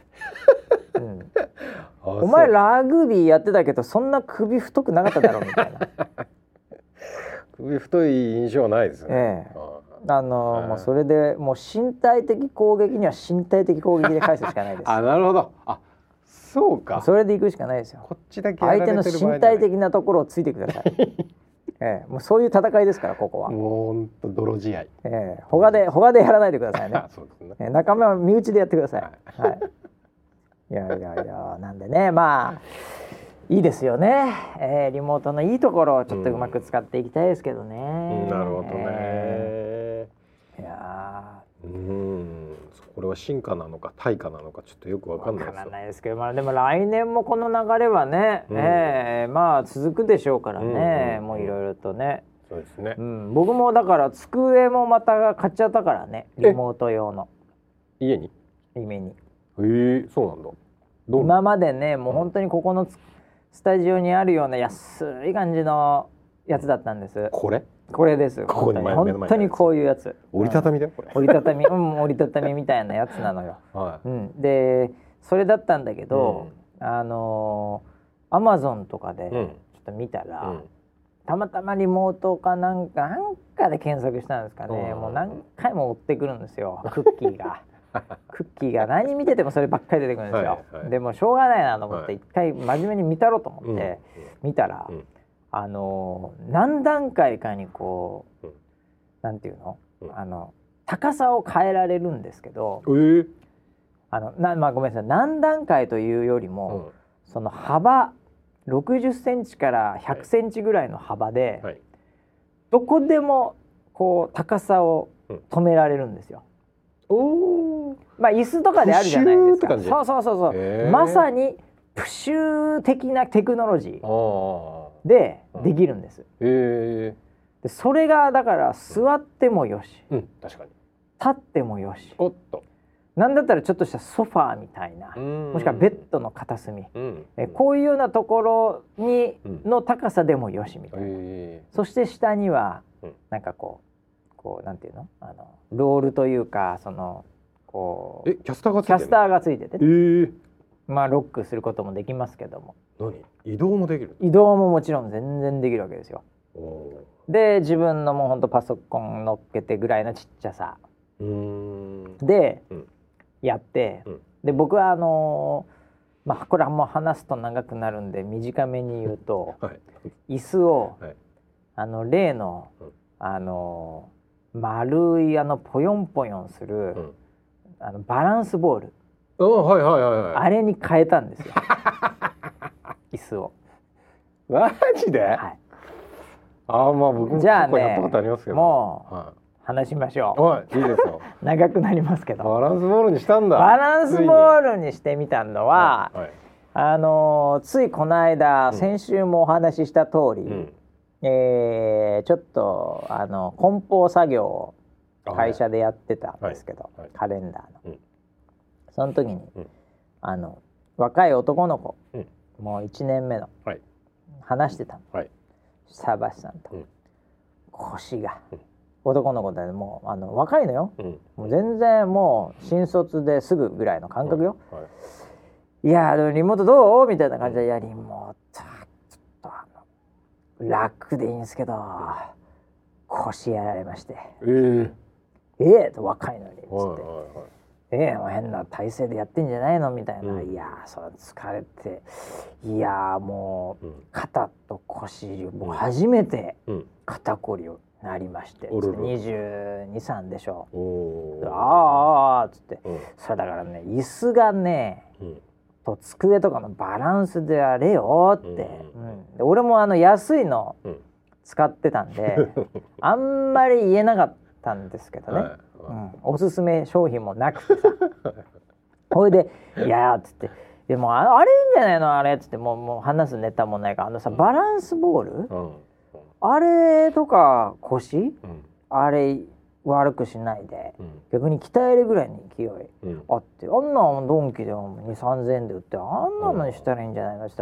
お前ラグビーやってたけどそんな首太くなかっただろみたいな首太い印象はないですね。 もうそれでもう身体的攻撃には身体的攻撃で返すしかないです。 なるほど。そうか。 それでいくしかないですよ。 こっちだけ相手の身体的なところをついてください。もうそういう戦いですからここは。 もう本当泥試合。 他でやらないでくださいね。 そうですね。 仲間は身内でやってください。いやなんでねいいですよね、リモートのいいところをちょっとうまく使っていきたいですけどね。 なるほどね。 いやこれは進化なのか退化なのかちょっとよくわかんないです。 わからないですけど、でも来年もこの流れはね、続くでしょうからね、もういろいろとね。 そうですね。 僕もだから机もまた買っちゃったからね、リモート用の家に。そうなんだ。 今までねもう本当にここのスタジオにあるような安い感じのやつだったんです。これです。本当にこういうやつ。 折りたたみだよこれ。 折りたたみ、折りたたみみたいなやつなのよ。でそれだったんだけど、Amazon とかでちょっと見たら、たまたまリモートかなんかで検索したんですかね。もう何回も追ってくるんですよクッキーが。クッキーが何見ててもそればっかり出てくるんですよ。でもしょうがないなと思って一回真面目に見たろうと思って見たら、何段階かにこうなんていうの、 高さを変えられるんですけど、まあごめんなさい、何段階というよりも、その幅60センチから100センチぐらいの幅で、どこでもこう高さを止められるんですよ。まあ椅子とかであるじゃないですか。そうまさにプシュー的なテクノロジーでできるんです。でそれがだから座ってもよし、 確かに立ってもよし、なんだったらちょっとしたソファーみたいな、もしくはベッドの片隅、こういうようなところにの高さでもよしみたいな、そして下にはなんかこうなんていうの、ロールというか、そのこうキャスターがついてて、 まあロックすることもできますけども、 移動もできる？ 移動ももちろん全然できるわけですよ。で自分のもうほんとパソコン乗っけてぐらいのちっちゃさでやって、で僕はまあこれはもう話すと長くなるんで短めに言うと、椅子を、例の丸いポヨンポヨンする、バランスボール、あれに変えたんですよ椅子を。 マジで？まあ僕もじゃあやったことありますけど、 もう話しましょう。 いいですよ長くなりますけど。 バランスボールにしたんだ。 バランスボールにしてみたのは、ついこの間、先週もお話しした通り、ちょっと梱包作業を会社でやってたんですけど、カレンダーの、その時に、若い男の子、もう1年目の、話してたの、サバシさんと、腰が、男の子でもう若いのよ、もう全然もう新卒ですぐぐらいの感覚よ、いやリモートどうみたいな感じで、いやリモートちょっと楽でいいんですけど腰やられまして、と若いのにつって、もう変な体勢でやってんじゃないのみたいな、いやそれ疲れて、いやもう肩と腰、もう初めて肩こりをなりまして、22、23でしょ。つって、それだからね、椅子がね、と机とかのバランスであれよって、で俺も安いの使ってたんで、あんまり言えなかったんですけどね、おすすめ商品もなくてさほいで「いや」っつって「でもあれいいんじゃないのあれ」っつって、もう話すネタもないからさ、バランスボール、あれとか腰、あれ悪くしないで、逆に鍛えるぐらいの勢いあって、あんなのドンキでも2、3000円で売って、あんなのにしたらいいんじゃないのって言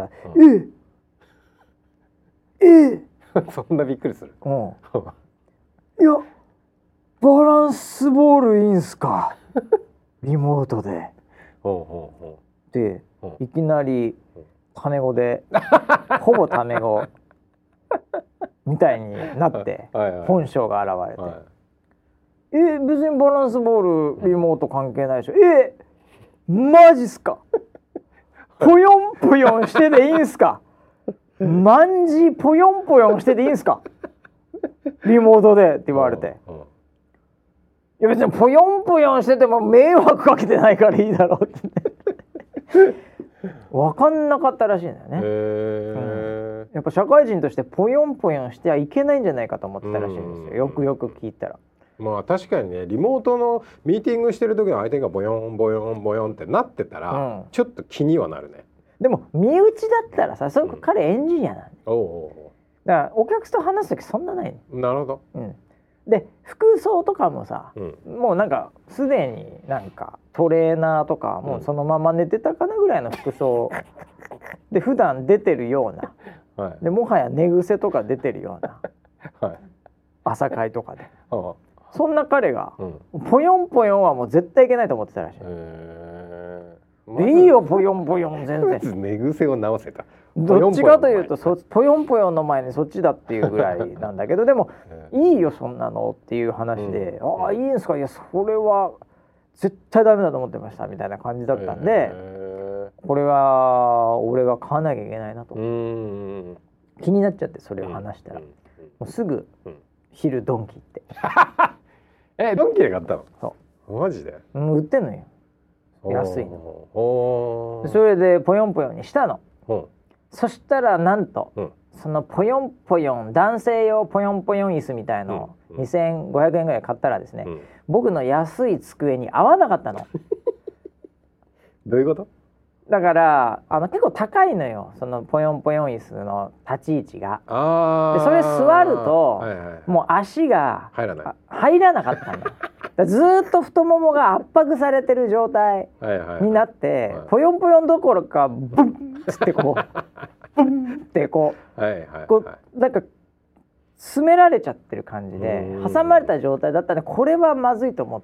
ったらそんなびっくりする？ いやバランスボールいいんすかリモートでで、いきなりタメ語でほぼタメ語みたいになって本性が現れて、別にバランスボールリモート関係ないでしょ、マジっすかぽよんぽよんしてでいいんすかマンジぽよんぽよんしてでいいんすかリモートでって言われて、いや別にぽよんぽよんしてても迷惑かけてないからいいだろうって分かんなかったらしいんだよね。やっぱ社会人としてぽよんぽよんしてはいけないんじゃないかと思ってたらしいんですよ。よくよく聞いたら。 まあ確かにね、リモートのミーティングしてる時の相手がボヨンボヨンボヨンってなってたら、ちょっと気にはなるね。 でも身内だったらさ、それ彼エンジニアなんで、だからお客と話す時そんなないね。 なるほど。 で服装とかもさ、もうなんかすでになんかトレーナーとかもうそのまま寝てたかなぐらいの服装で普段出てるような、でもはや寝癖とか出てるような、朝会とかで、そんな彼が、ポヨンポヨンはもう絶対いけないと思ってたらしい。いいよポヨンポヨン全然。 寝癖を直せた。 どっちかというとポヨンポヨンの前にそっちだっていうぐらいなんだけどでもいいよそんなのっていう話で、ああいいんですか、いやそれは絶対ダメだと思ってましたみたいな感じだったんで、これは俺が買わなきゃいけないなと気になっちゃって、それを話したらもうすぐ昼ドンキ行ってドンキで買ったの？ そマジで？ 売ってんのよ、安いの。それでポヨンポヨンにしたの。そしたらなんと、そのポヨンポヨン男性用ポヨンポヨン椅子みたいのを2500円ぐらい買ったらですね、僕の安い机に合わなかったの。 どういうこと？ だから結構高いのよ、そのポヨンポヨン椅子の立ち位置が。でそれ座ると、もう足が入らなかったの。ずーっと太ももが圧迫されてる状態になって、ポヨンポヨンどころかブンつってこうブンってこうなんか詰められちゃってる感じで挟まれた状態だったんで、これはまずいと思って、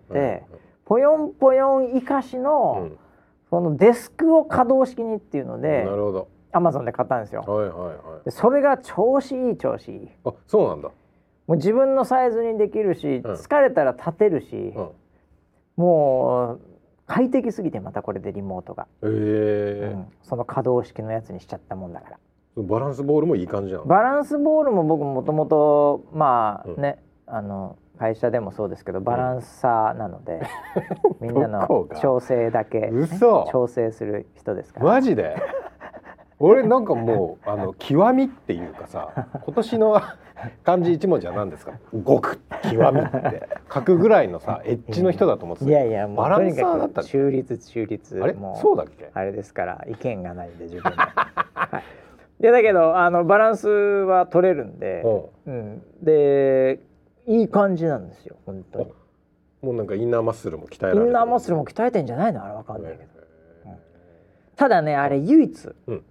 ポヨンポヨン生かしの、このデスクを可動式にっていうので、Amazon で買ったんですよ。でそれが調子いい。 あ、そうなんだ。 もう自分のサイズにできるし、疲れたら立てるし、もう快適すぎて、またこれでリモートが、その可動式のやつにしちゃったもんだから。 バランスボールもいい感じなの？ バランスボールも僕もともとまあね、会社でもそうですけどバランサーなので、みんなの調整だけ、調整する人ですから。 マジで？俺なんかもう極みっていうかさ、今年の漢字一文字は何ですか？極極みって書くぐらいのさエッジの人だと思ってた。 いやいや、もうバランサーだった。 中立あれもうそうだっけ？ あれですから意見がないんで自分で。いやだけどバランスは取れるんで、でいい感じなんですよ本当に。 もうなんかインナーマッスルも鍛えられてる。 インナーマッスルも鍛えてんじゃないの？あれわかんないけど、ただねあれ唯一、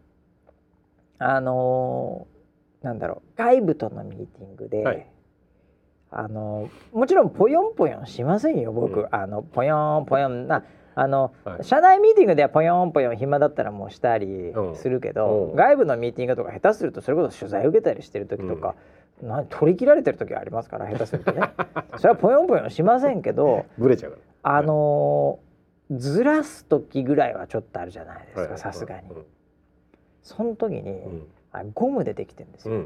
なんだろう、外部とのミーティングで、もちろんポヨンポヨンしませんよ僕、ポヨンポヨンな社内ミーティングではポヨンポヨン暇だったらもうしたりするけど、外部のミーティングとか下手するとそれこそ取材受けたりしてる時とか、取り切られてる時ありますから、下手するとね。それはポヨンポヨンしませんけどブレちゃうから、 ずらす時ぐらいはちょっとあるじゃないですか、さすがに。その時に、ゴムでできてるんですよ。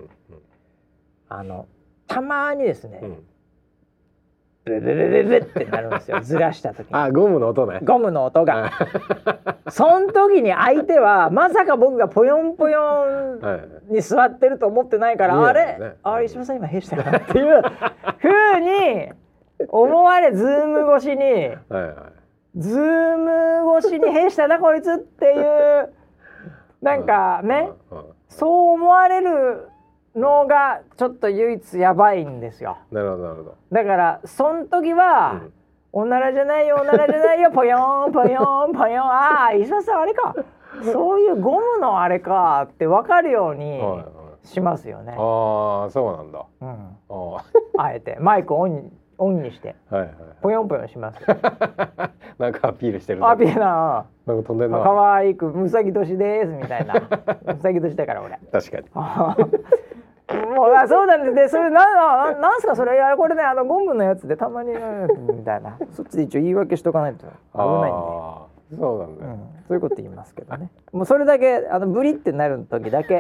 たまにですね、ブブブブブってなるんですよ、ずらした時に。 ゴムの音ね。 ゴムの音が。その時に相手はまさか僕がポヨンポヨンに座ってると思ってないから、あれ石破さん今兵したかなっていう風に思われ、ズーム越しにズーム越しに兵したなこいつっていうなんかね、そう思われるのがちょっと唯一やばいんですよ。 なるほどなるほど。 だからその時は、おならじゃないよおならじゃないよポヨンポヨンポヨン、ああ石橋さんあれか、そういうゴムのあれかって分かるようにしますよね。 ああそうなんだ。 あえてマイクオンにしてポヨンポヨンします。 なんかアピールしてる。 アピールな。なんか飛んでんな。 可愛くうさぎ年ですみたいな。うさぎ年だから俺。 確かに。 もうそうなんで、それなんすかそれ、これねゴムのやつでたまにみたいな、そっちで一応言い訳しとかないと危ないんで。 そうなんだ、 そういうこと言いますけどね。もうそれだけブリってなる時だけ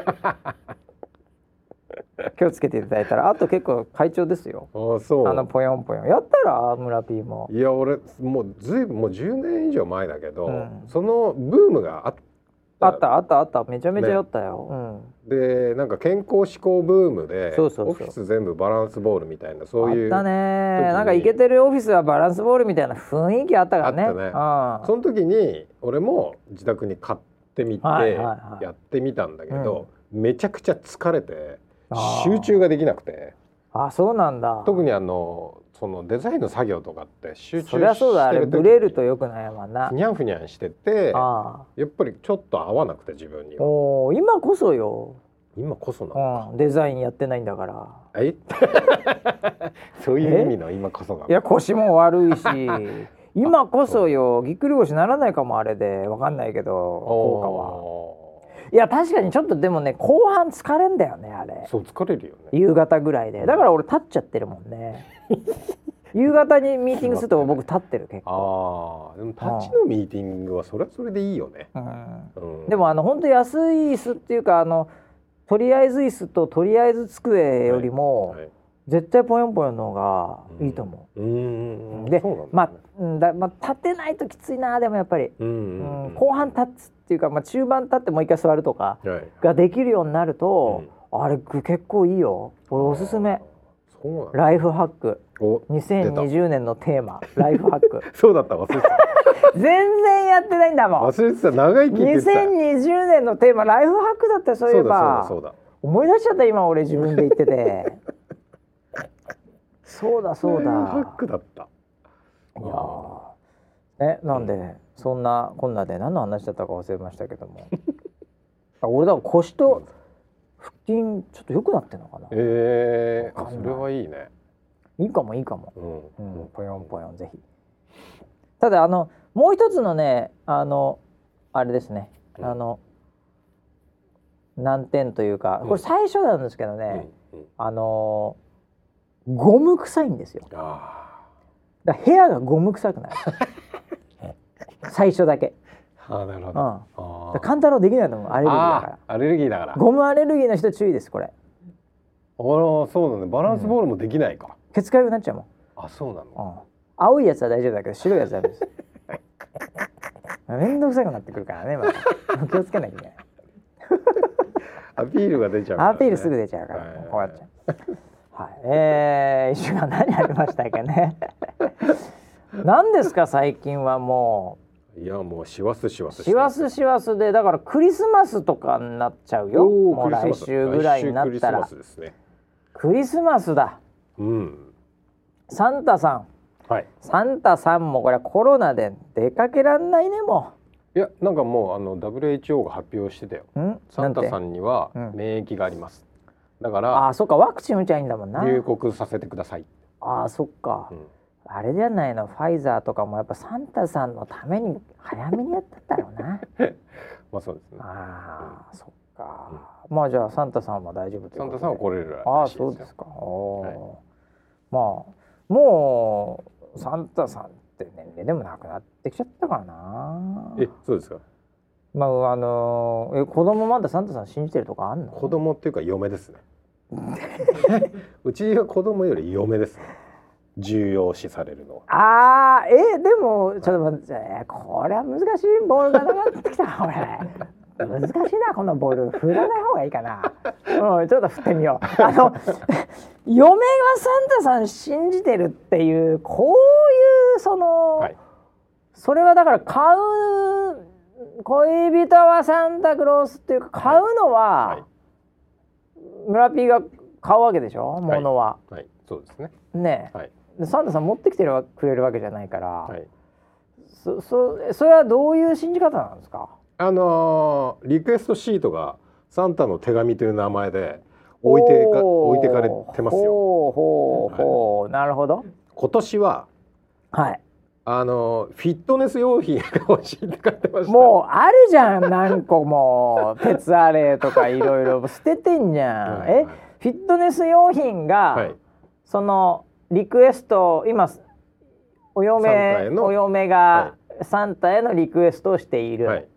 気をつけていただいたら、あと結構快調ですよ。ポヨンポヨンやったら村 P も。 いや俺もうずいぶんもう10年以上前だけど、そのブームがあっためちゃめちゃやったよ。 でなんか健康志向ブームでオフィス全部バランスボールみたいな、そういうあったね。なんかイケてるオフィスはバランスボールみたいな雰囲気あったからね。 あったね。その時に俺も自宅に買ってみてやってみたんだけど、めちゃくちゃ疲れて集中ができなくて。 あ、そうなんだ。 特にそのデザインの作業とかって集中してる時に、 そりゃそうだ、あれブレるとよくないわな。 ふにゃんふにゃんしてて、やっぱりちょっと合わなくて自分には。 今こそよ。 今こそなのか。 デザインやってないんだから。 そういう意味の今こそなの。 いや腰も悪いし今こそよ。ぎっくり腰ならないかも、あれで。わかんないけど効果は。いや確かにちょっとでもね、後半疲れんだよねあれ。 そう疲れるよね、 夕方ぐらいで。だから俺立っちゃってるもんね。夕方にミーティングすると僕立ってる結構。 でも立ちのミーティングはそれはそれでいいよね。 でも本当安い椅子っていうかとりあえず椅子ととりあえず机よりも、 絶対ぽよんぽよんの方がいいと思う。で、まあ立てないときついな。でもやっぱり、後半立つっていうか、中盤立ってもう一回座るとかができるようになると、あれ結構いいよ。これおすすめ。ライフハック。2020年のテーマライフハック。 そうだった、忘れてた。 全然やってないんだもん。 忘れてた、長生きって言ってた。 2020年のテーマライフハックだったよ。そういえばそうだ思い出しちゃった、今俺自分で言ってて。そうだライフハックだった。 いやなんで、そんなこんなで何の話だったか忘れましたけども俺だから腰と腹筋ちょっと良くなってんのかな。 それはいいね。 いいかも。ぽよんぽよんぜひ。ただもう一つのねあれですね、難点というか、これ最初なんですけどね、ゴム臭いんですよ。だ部屋がゴム臭くなる最初だけ。 なるほど。 勘太郎できないと思う。アレルギーだから。 アレルギーだから。 ゴムアレルギーの人注意ですこれ。 そうだね。バランスボールもできないか。 ケツかゆくなっちゃうもん。 そうなの。 青いやつは大丈夫だけど白いやつはダメです。めんどくさくなってくるからね。気をつけなきゃいけない。 アピールが出ちゃう、 アピールすぐ出ちゃうから、こうやっちゃう。1週間何ありましたっけね。何ですか最近は。もういやもう師走で、だからクリスマスとかになっちゃうよ。もう来週ぐらいになったらクリスマスだ。サンタさん、サンタさんもこれコロナで出かけらんないね。もういやなんかもうWHO が発表してたよ。サンタさんには免疫があります。だからそっか、ワクチン打ちゃいいんだもんな。 入国させてください。 そっか、あれじゃないの、ファイザーとかもやっぱサンタさんのために早めにやったんだろうな。 そうですね。 そっか、じゃあサンタさんは大丈夫ということで。 サンタさんは来れるらしいですよ。 そうですか。もうサンタさんって年齢でもなくなってきちゃったからな。 そうですか。 子供まだサンタさん信じてるとかあんの？ 子供っていうか嫁ですね。うちは子供より嫁ですね。重要視されるのは。 でもちょっと待って、これは難しいボールが流れてきた。これ難しいな、このボール振らない方がいいかな。ちょっと振ってみよう。嫁がサンタさん信じてるっていう、こういうそれはだから恋人はサンタクロースっていうか、買うのは村 P が買うわけでしょ、物は。 そうですね。 サンタさん持ってきてくれるわけじゃないから、それはどういう信じ方なんですか？ リクエストシートがサンタの手紙という名前で置いてかれてますよ。 なるほど。 今年はフィットネス用品が欲しいって書いてました。 もうあるじゃん、何個も鉄アレイとかいろいろ捨ててんじゃん。フィットネス用品が、そのリクエスト、今お嫁がサンタへのリクエストをしている。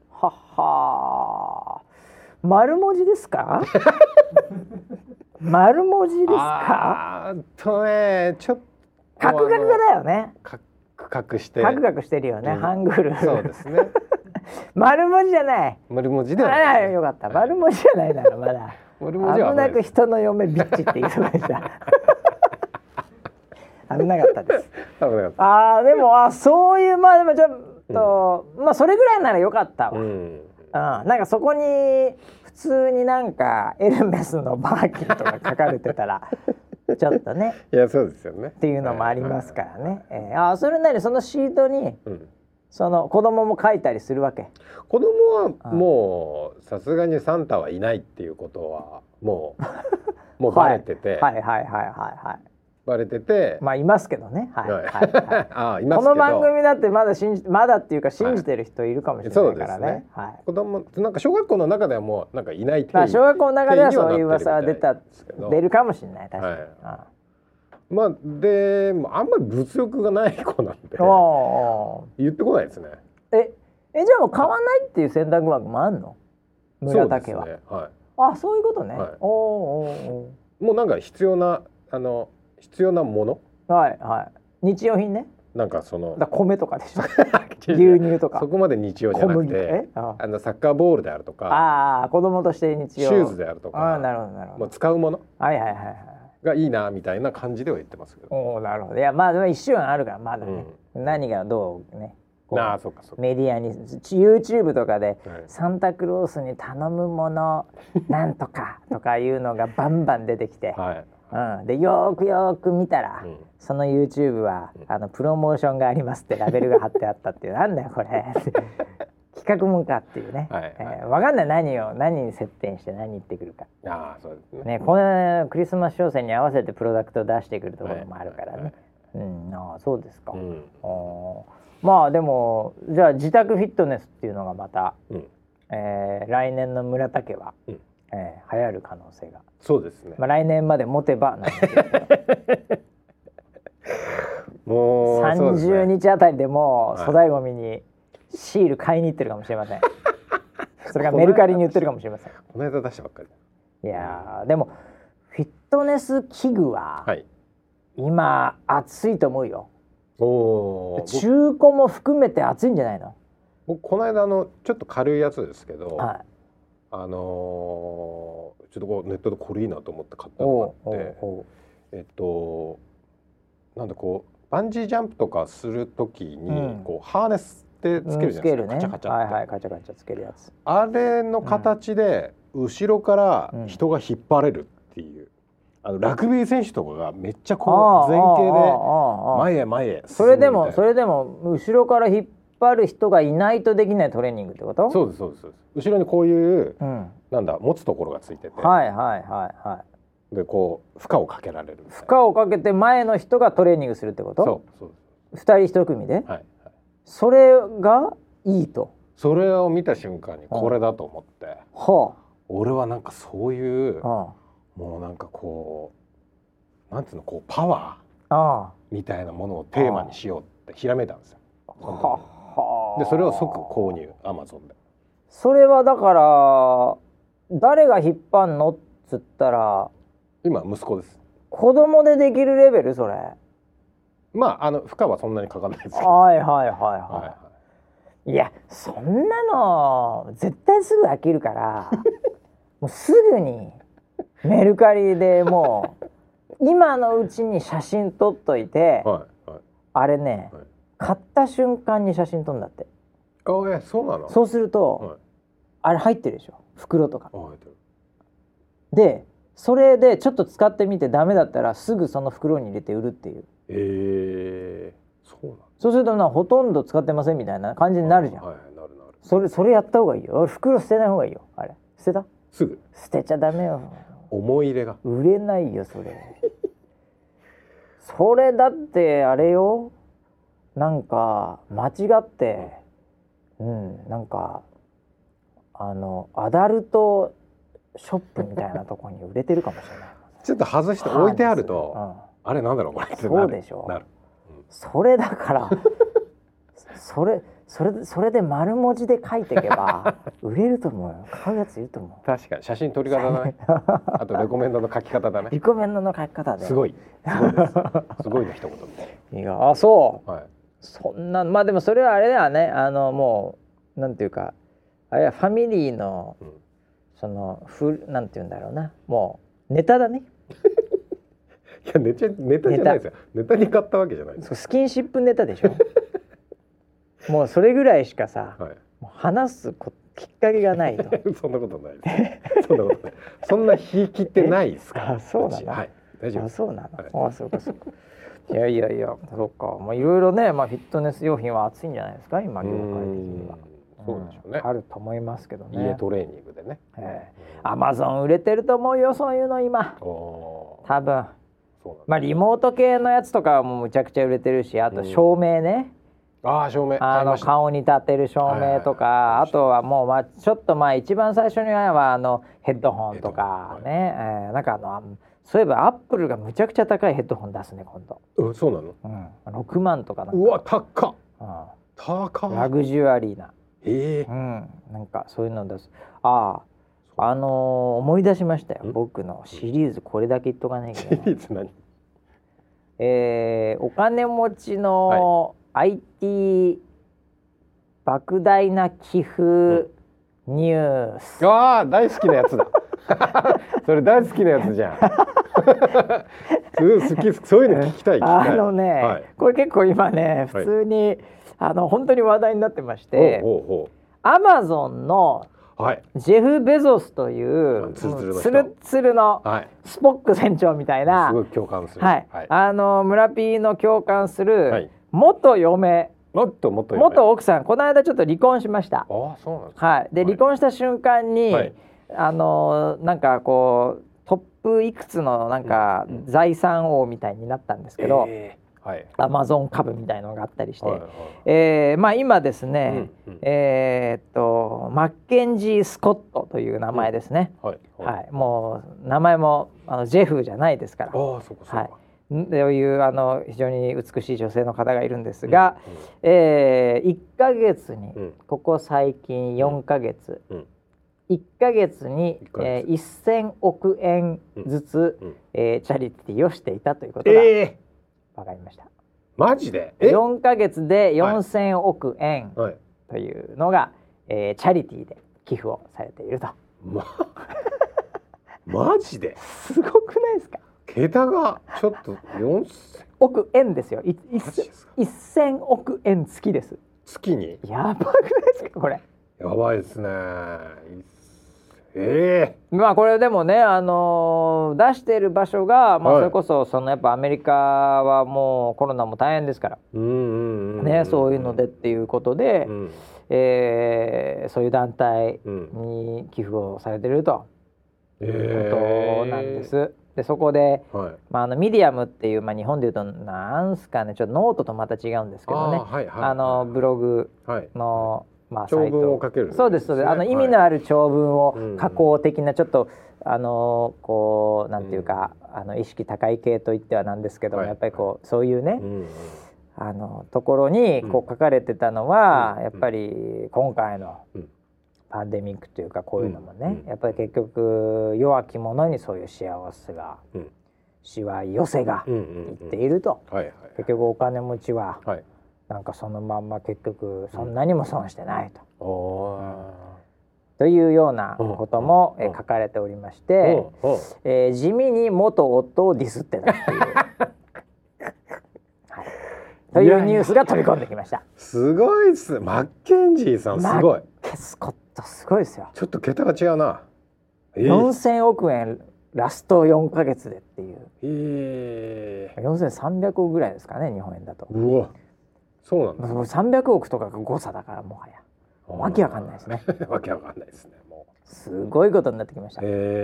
丸文字ですか？丸文字ですか？ ちょっとカクカクだよね。 カクカクしてるよね、ハングル。 そうですね。 丸文字じゃない。 丸文字ではない。 よかった。丸文字じゃないならまだ。 丸文字は危なく人の嫁ビッチって言いそうでした。危なかったです。でもそういう、でもちょっと、それぐらいならよかったわ。なんかそこに普通になんかエルメスのバーキンとか書かれてたらちょっとね。 いやそうですよね。 っていうのもありますからね。それなりそのシートに、その子供も書いたりするわけ。 子供はもうさすがにサンタはいないっていうことはもうバレてて。バレてて、 いますけどね。この番組だってまだっていうか信じてる人いるかもしれないからね。 子供なんか小学校の中ではもうなんかいないっていう。 小学校の中ではそういう噂は出るかもしれない。確かに。 でもあんまり物欲がない子なんで言ってこないですね。 じゃあもう買わないっていう選択枠もあんの？村田家は。そういうことね。 もうなんか必要な必要なもの、 はいはい、日用品ね。 なんかその米とかでしょ牛乳とか。 そこまで日用じゃなくて、サッカーボールであるとか、 子供として日用シューズであるとか、 なるほどなるほど、 もう使うもの、 はいはいはいはい、 がいいなみたいな感じでは言ってますけど。 お、なるほど。いやまあでも一週間あるからまだね、何がどうね、 そうかそうか、 メディアに YouTube とかで、サンタクロースに頼むものなんとかとかいうのがバンバン出てきて、でよーく見たら、その YouTube はプロモーションがありますってラベルが貼ってあったっていうなんだよこれ企画もんかっていうね、分かんない何に接点して何言ってくるか。 そうですね。 このクリスマス商戦に合わせてプロダクトを出してくるところもあるからね。そうですか。まあでもじゃあ自宅フィットネスっていうのがまた、来年の村田家は、流行る可能性が。 そうですね。 来年まで持てばなんですけどもう30日あたりでもう粗大ごみにシール買いに行ってるかもしれませんそれがメルカリに売ってるかもしれません。 この間出したばっかり。 いやでもフィットネス器具は、今熱いと思うよ。中古も含めて熱いんじゃないの？ 僕この間ちょっと軽いやつですけど、ちょっとネットでこれいいなと思って買ったのがあって、なんでバンジージャンプとかするときに、ハーネスってつけるじゃないですか、カチャカチャって、 カチャカチャつけるやつ、 あれの形で後ろから人が引っ張れるっていう、ラグビー選手とかがめっちゃ前傾で前へそれでも後ろから引っ張る人がいないとできないトレーニングってこと？ そうですそうです。後ろにこういう、なんだ持つところがついてて、で負荷をかけられる。 負荷をかけて前の人がトレーニングするってこと？ そう 2人1組で、それがいいと。 それを見た瞬間にこれだと思って、俺はなんかそういう、もうなんかなんつうのパワーみたいなものをテーマにしようってひらめいたんですよ。でそれを即購入、Amazon で。 それはだから誰が引っ張んのっつったら今息子です。 子供でできるレベル？それ負荷はそんなにかかんないですけど。 いやそんなの絶対すぐ飽きるからもうすぐにメルカリでもう今のうちに写真撮っといて、あれね、買った瞬間に写真撮るんだって。 そうなの？ そうすると、あれ入ってるでしょ、袋とか。でそれでちょっと使ってみてダメだったらすぐその袋に入れて売るっていう。 そうなの？ そうするとほとんど使ってませんみたいな感じになるじゃん。それやった方がいいよ。袋捨てない方がいいよ。あれ捨てた？ すぐ捨てちゃダメよ。 思い入れが売れないよそれそれだってあれよ、なんか間違ってなんかアダルトショップみたいなところに売れてるかもしれない。 ちょっと外して置いてあると、あれなんだろうこれってなる。 そうでしょ。それだからそれで丸文字で書いていけば売れると思うよ。買うやついると思う。 確かに写真撮り方だねあとレコメンドの書き方だね。 レコメンドの書き方ですごいですすごいの一言。 いやそう、そんなでもそれはあれだよね、もうなんていうかあれはファミリーの、なんていうんだろうな、もうネタだねいやネタじゃないですよ。ネタに買ったわけじゃないです。 スキンシップネタでしょもうそれぐらいしかさ、もう話すきっかけがないとそんなことないですそんなことない。そんな引きってないですか？ そうなの？ 大丈夫。 そうなの？そうかそうかいやそうか、いろいろね、フィットネス用品は熱いんじゃないですか今業界的には。 そうでしょうね。 あると思いますけどね。 家トレーニングでね。 Amazon 売れてると思うよ、そういうの今。多分。リモート系のやつとかもむちゃくちゃ売れてるし、あと照明ね。 照明。 顔に当てる照明とか、あとはもうちょっと一番最初にはヘッドホンとかね、なんかそういえばアップルがむちゃくちゃ高いヘッドホン出すね今度。 そうなの ？6万とかなんか。 うわ高っ。 ラグジュアリーな。なんかそういうの出す。思い出しましたよ。僕のシリーズこれだけ言っとかないけど。 シリーズ何？ お金持ちの IT 莫大な寄付ニュース、 ああ大好きなやつだそれ大好きなやつじゃん好き、そういうの聞きたい。 はい、これ結構今ね普通に、本当に話題になってまして、アマゾンのジェフ・ベゾスというツルツルのスポック船長みたいな、 すごい共感する、 村 P の共感する元嫁、元奥さん、この間ちょっと離婚しました。 そうなんですか。 で離婚した瞬間に、なんかこうトップいくつのなんか財産王みたいになったんですけど、アマゾン株みたいのがあったりして、今ですね、マッケンジー・スコットという名前ですね。もう名前もジェフじゃないですから。という非常に美しい女性の方がいるんですが、1ヶ月に、ここ最近4ヶ月、1ヶ月に1000億円ずつ、チャリティーをしていたということが分かりました。 マジで 4ヶ月で4000億円というのが、チャリティーで寄付をされていると。 マジですごくないですか。 桁がちょっと4000 億円ですよ。1000億円月です。 月にやばくないですかこれ。 やばいですね。 これでもね、出している場所が、それこそやっぱアメリカはもうコロナも大変ですからね、そういうのでっていうことで、そういう団体に寄付をされているということなんです。でそこで、ミディアムっていう、日本でいうとなんすかね、ちょっとノートとまた違うんですけどね、ブログの、 長文を書ける、 そうですそうです。意味のある長文を加工的な、ちょっとこうなんていうか、意識高い系といってはなんですけども、やっぱりこうそういうね、ところにこう書かれてたのは、やっぱり今回のパンデミックというか、こういうのもね、やっぱり結局弱き者にそういう幸せが、しわ寄せがいっていると、結局お金持ちは、なんかそのまんま結局そんなにも損してないというようなことも書かれておりまして、地味に元夫をディスってたっていうというニュースが飛び込んできました。 すごいっす。マッケンジーさんすごい。 スコットすごいですよ。 ちょっと桁が違うな。 4000億円ラスト4ヶ月でっていう。4300億ぐらいですかね、日本円だと。 うわ、そうなんだ。 300億とかが誤差だから、もはやわけわかんないですね。 わけわかんないですね。もうすごいことになってきました。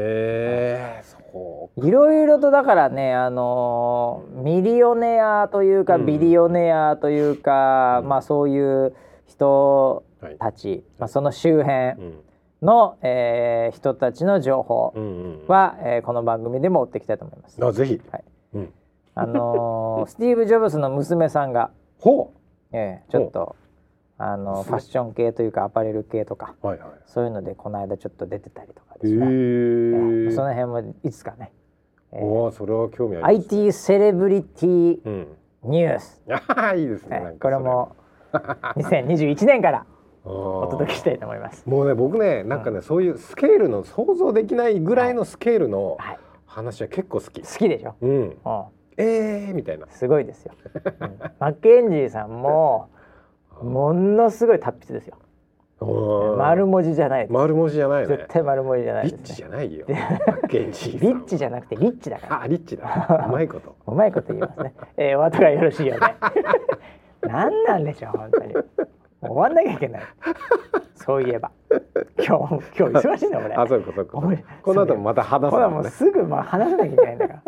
そういろいろとだからね、ミリオネアというか、ビリオネアというか、そういう人たち、その周辺の、人たちの情報は、この番組でも追っていきたいと思います。 ぜひ。 スティーブ・ジョブズの娘さんがちょっとファッション系というかアパレル系とか、そういうのでこの間ちょっと出てたりとかですね、その辺もいつかね、 それは興味あります。 IT セレブリティニュース、 いいですね。 これも2021年からお届けしたいと思います。 もうね、僕ね、なんかね、そういうスケールの想像できないぐらいのスケールの話は結構好き。 好きでしょ。 みたいな。 すごいですよ。マッケンジーさんもものすごい達筆ですよ。丸文字じゃないです。 丸文字じゃないね。 絶対丸文字じゃないですね。 リッチじゃないよ。マッケンジーさん。 リッチじゃなくてリッチだから。 リッチだ。うまいこと。 うまいこと言いますね。お後がよろしいよね。なんなんでしょう、本当に。終わんなきゃいけない。そういえば今日忙しいんだ俺。 そうかそうか。この後もまた話すのね。 もうすぐ話さなきゃいけないんだから。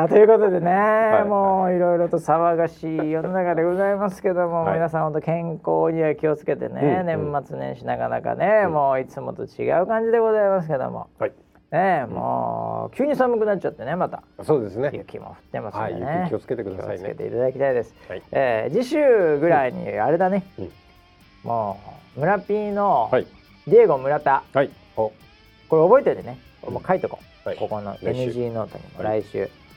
ということでね、もういろいろと騒がしい世の中でございますけども、皆さん本当健康には気をつけてね、年末年始なかなかね、もういつもと違う感じでございますけども、もう急に寒くなっちゃってね、また。 そうですね。 雪も降ってますんでね、 雪気をつけてくださいね。 気をつけていただきたいです。次週ぐらいにあれだね、もう村 P のディエゴ村田、これ覚えておいてね、もう書いとこう。ここの NG ノートにも来週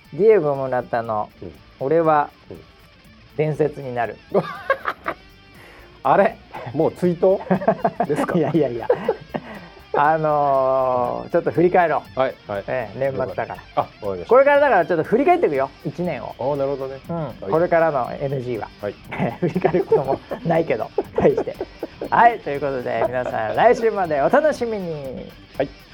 ディエゴ村田の、俺は伝説になる。 あれもう追悼ですか？ いやいやいやちょっと振り返ろう。 はいはい。 年末だから。 あ、わかりました。 これからだからちょっと振り返っていくよ、1年を。 あ、なるほどね。 これからの NG は、 はい、 振り返ることもないけど、対して。はい、ということで皆さん来週までお楽しみに。 はい。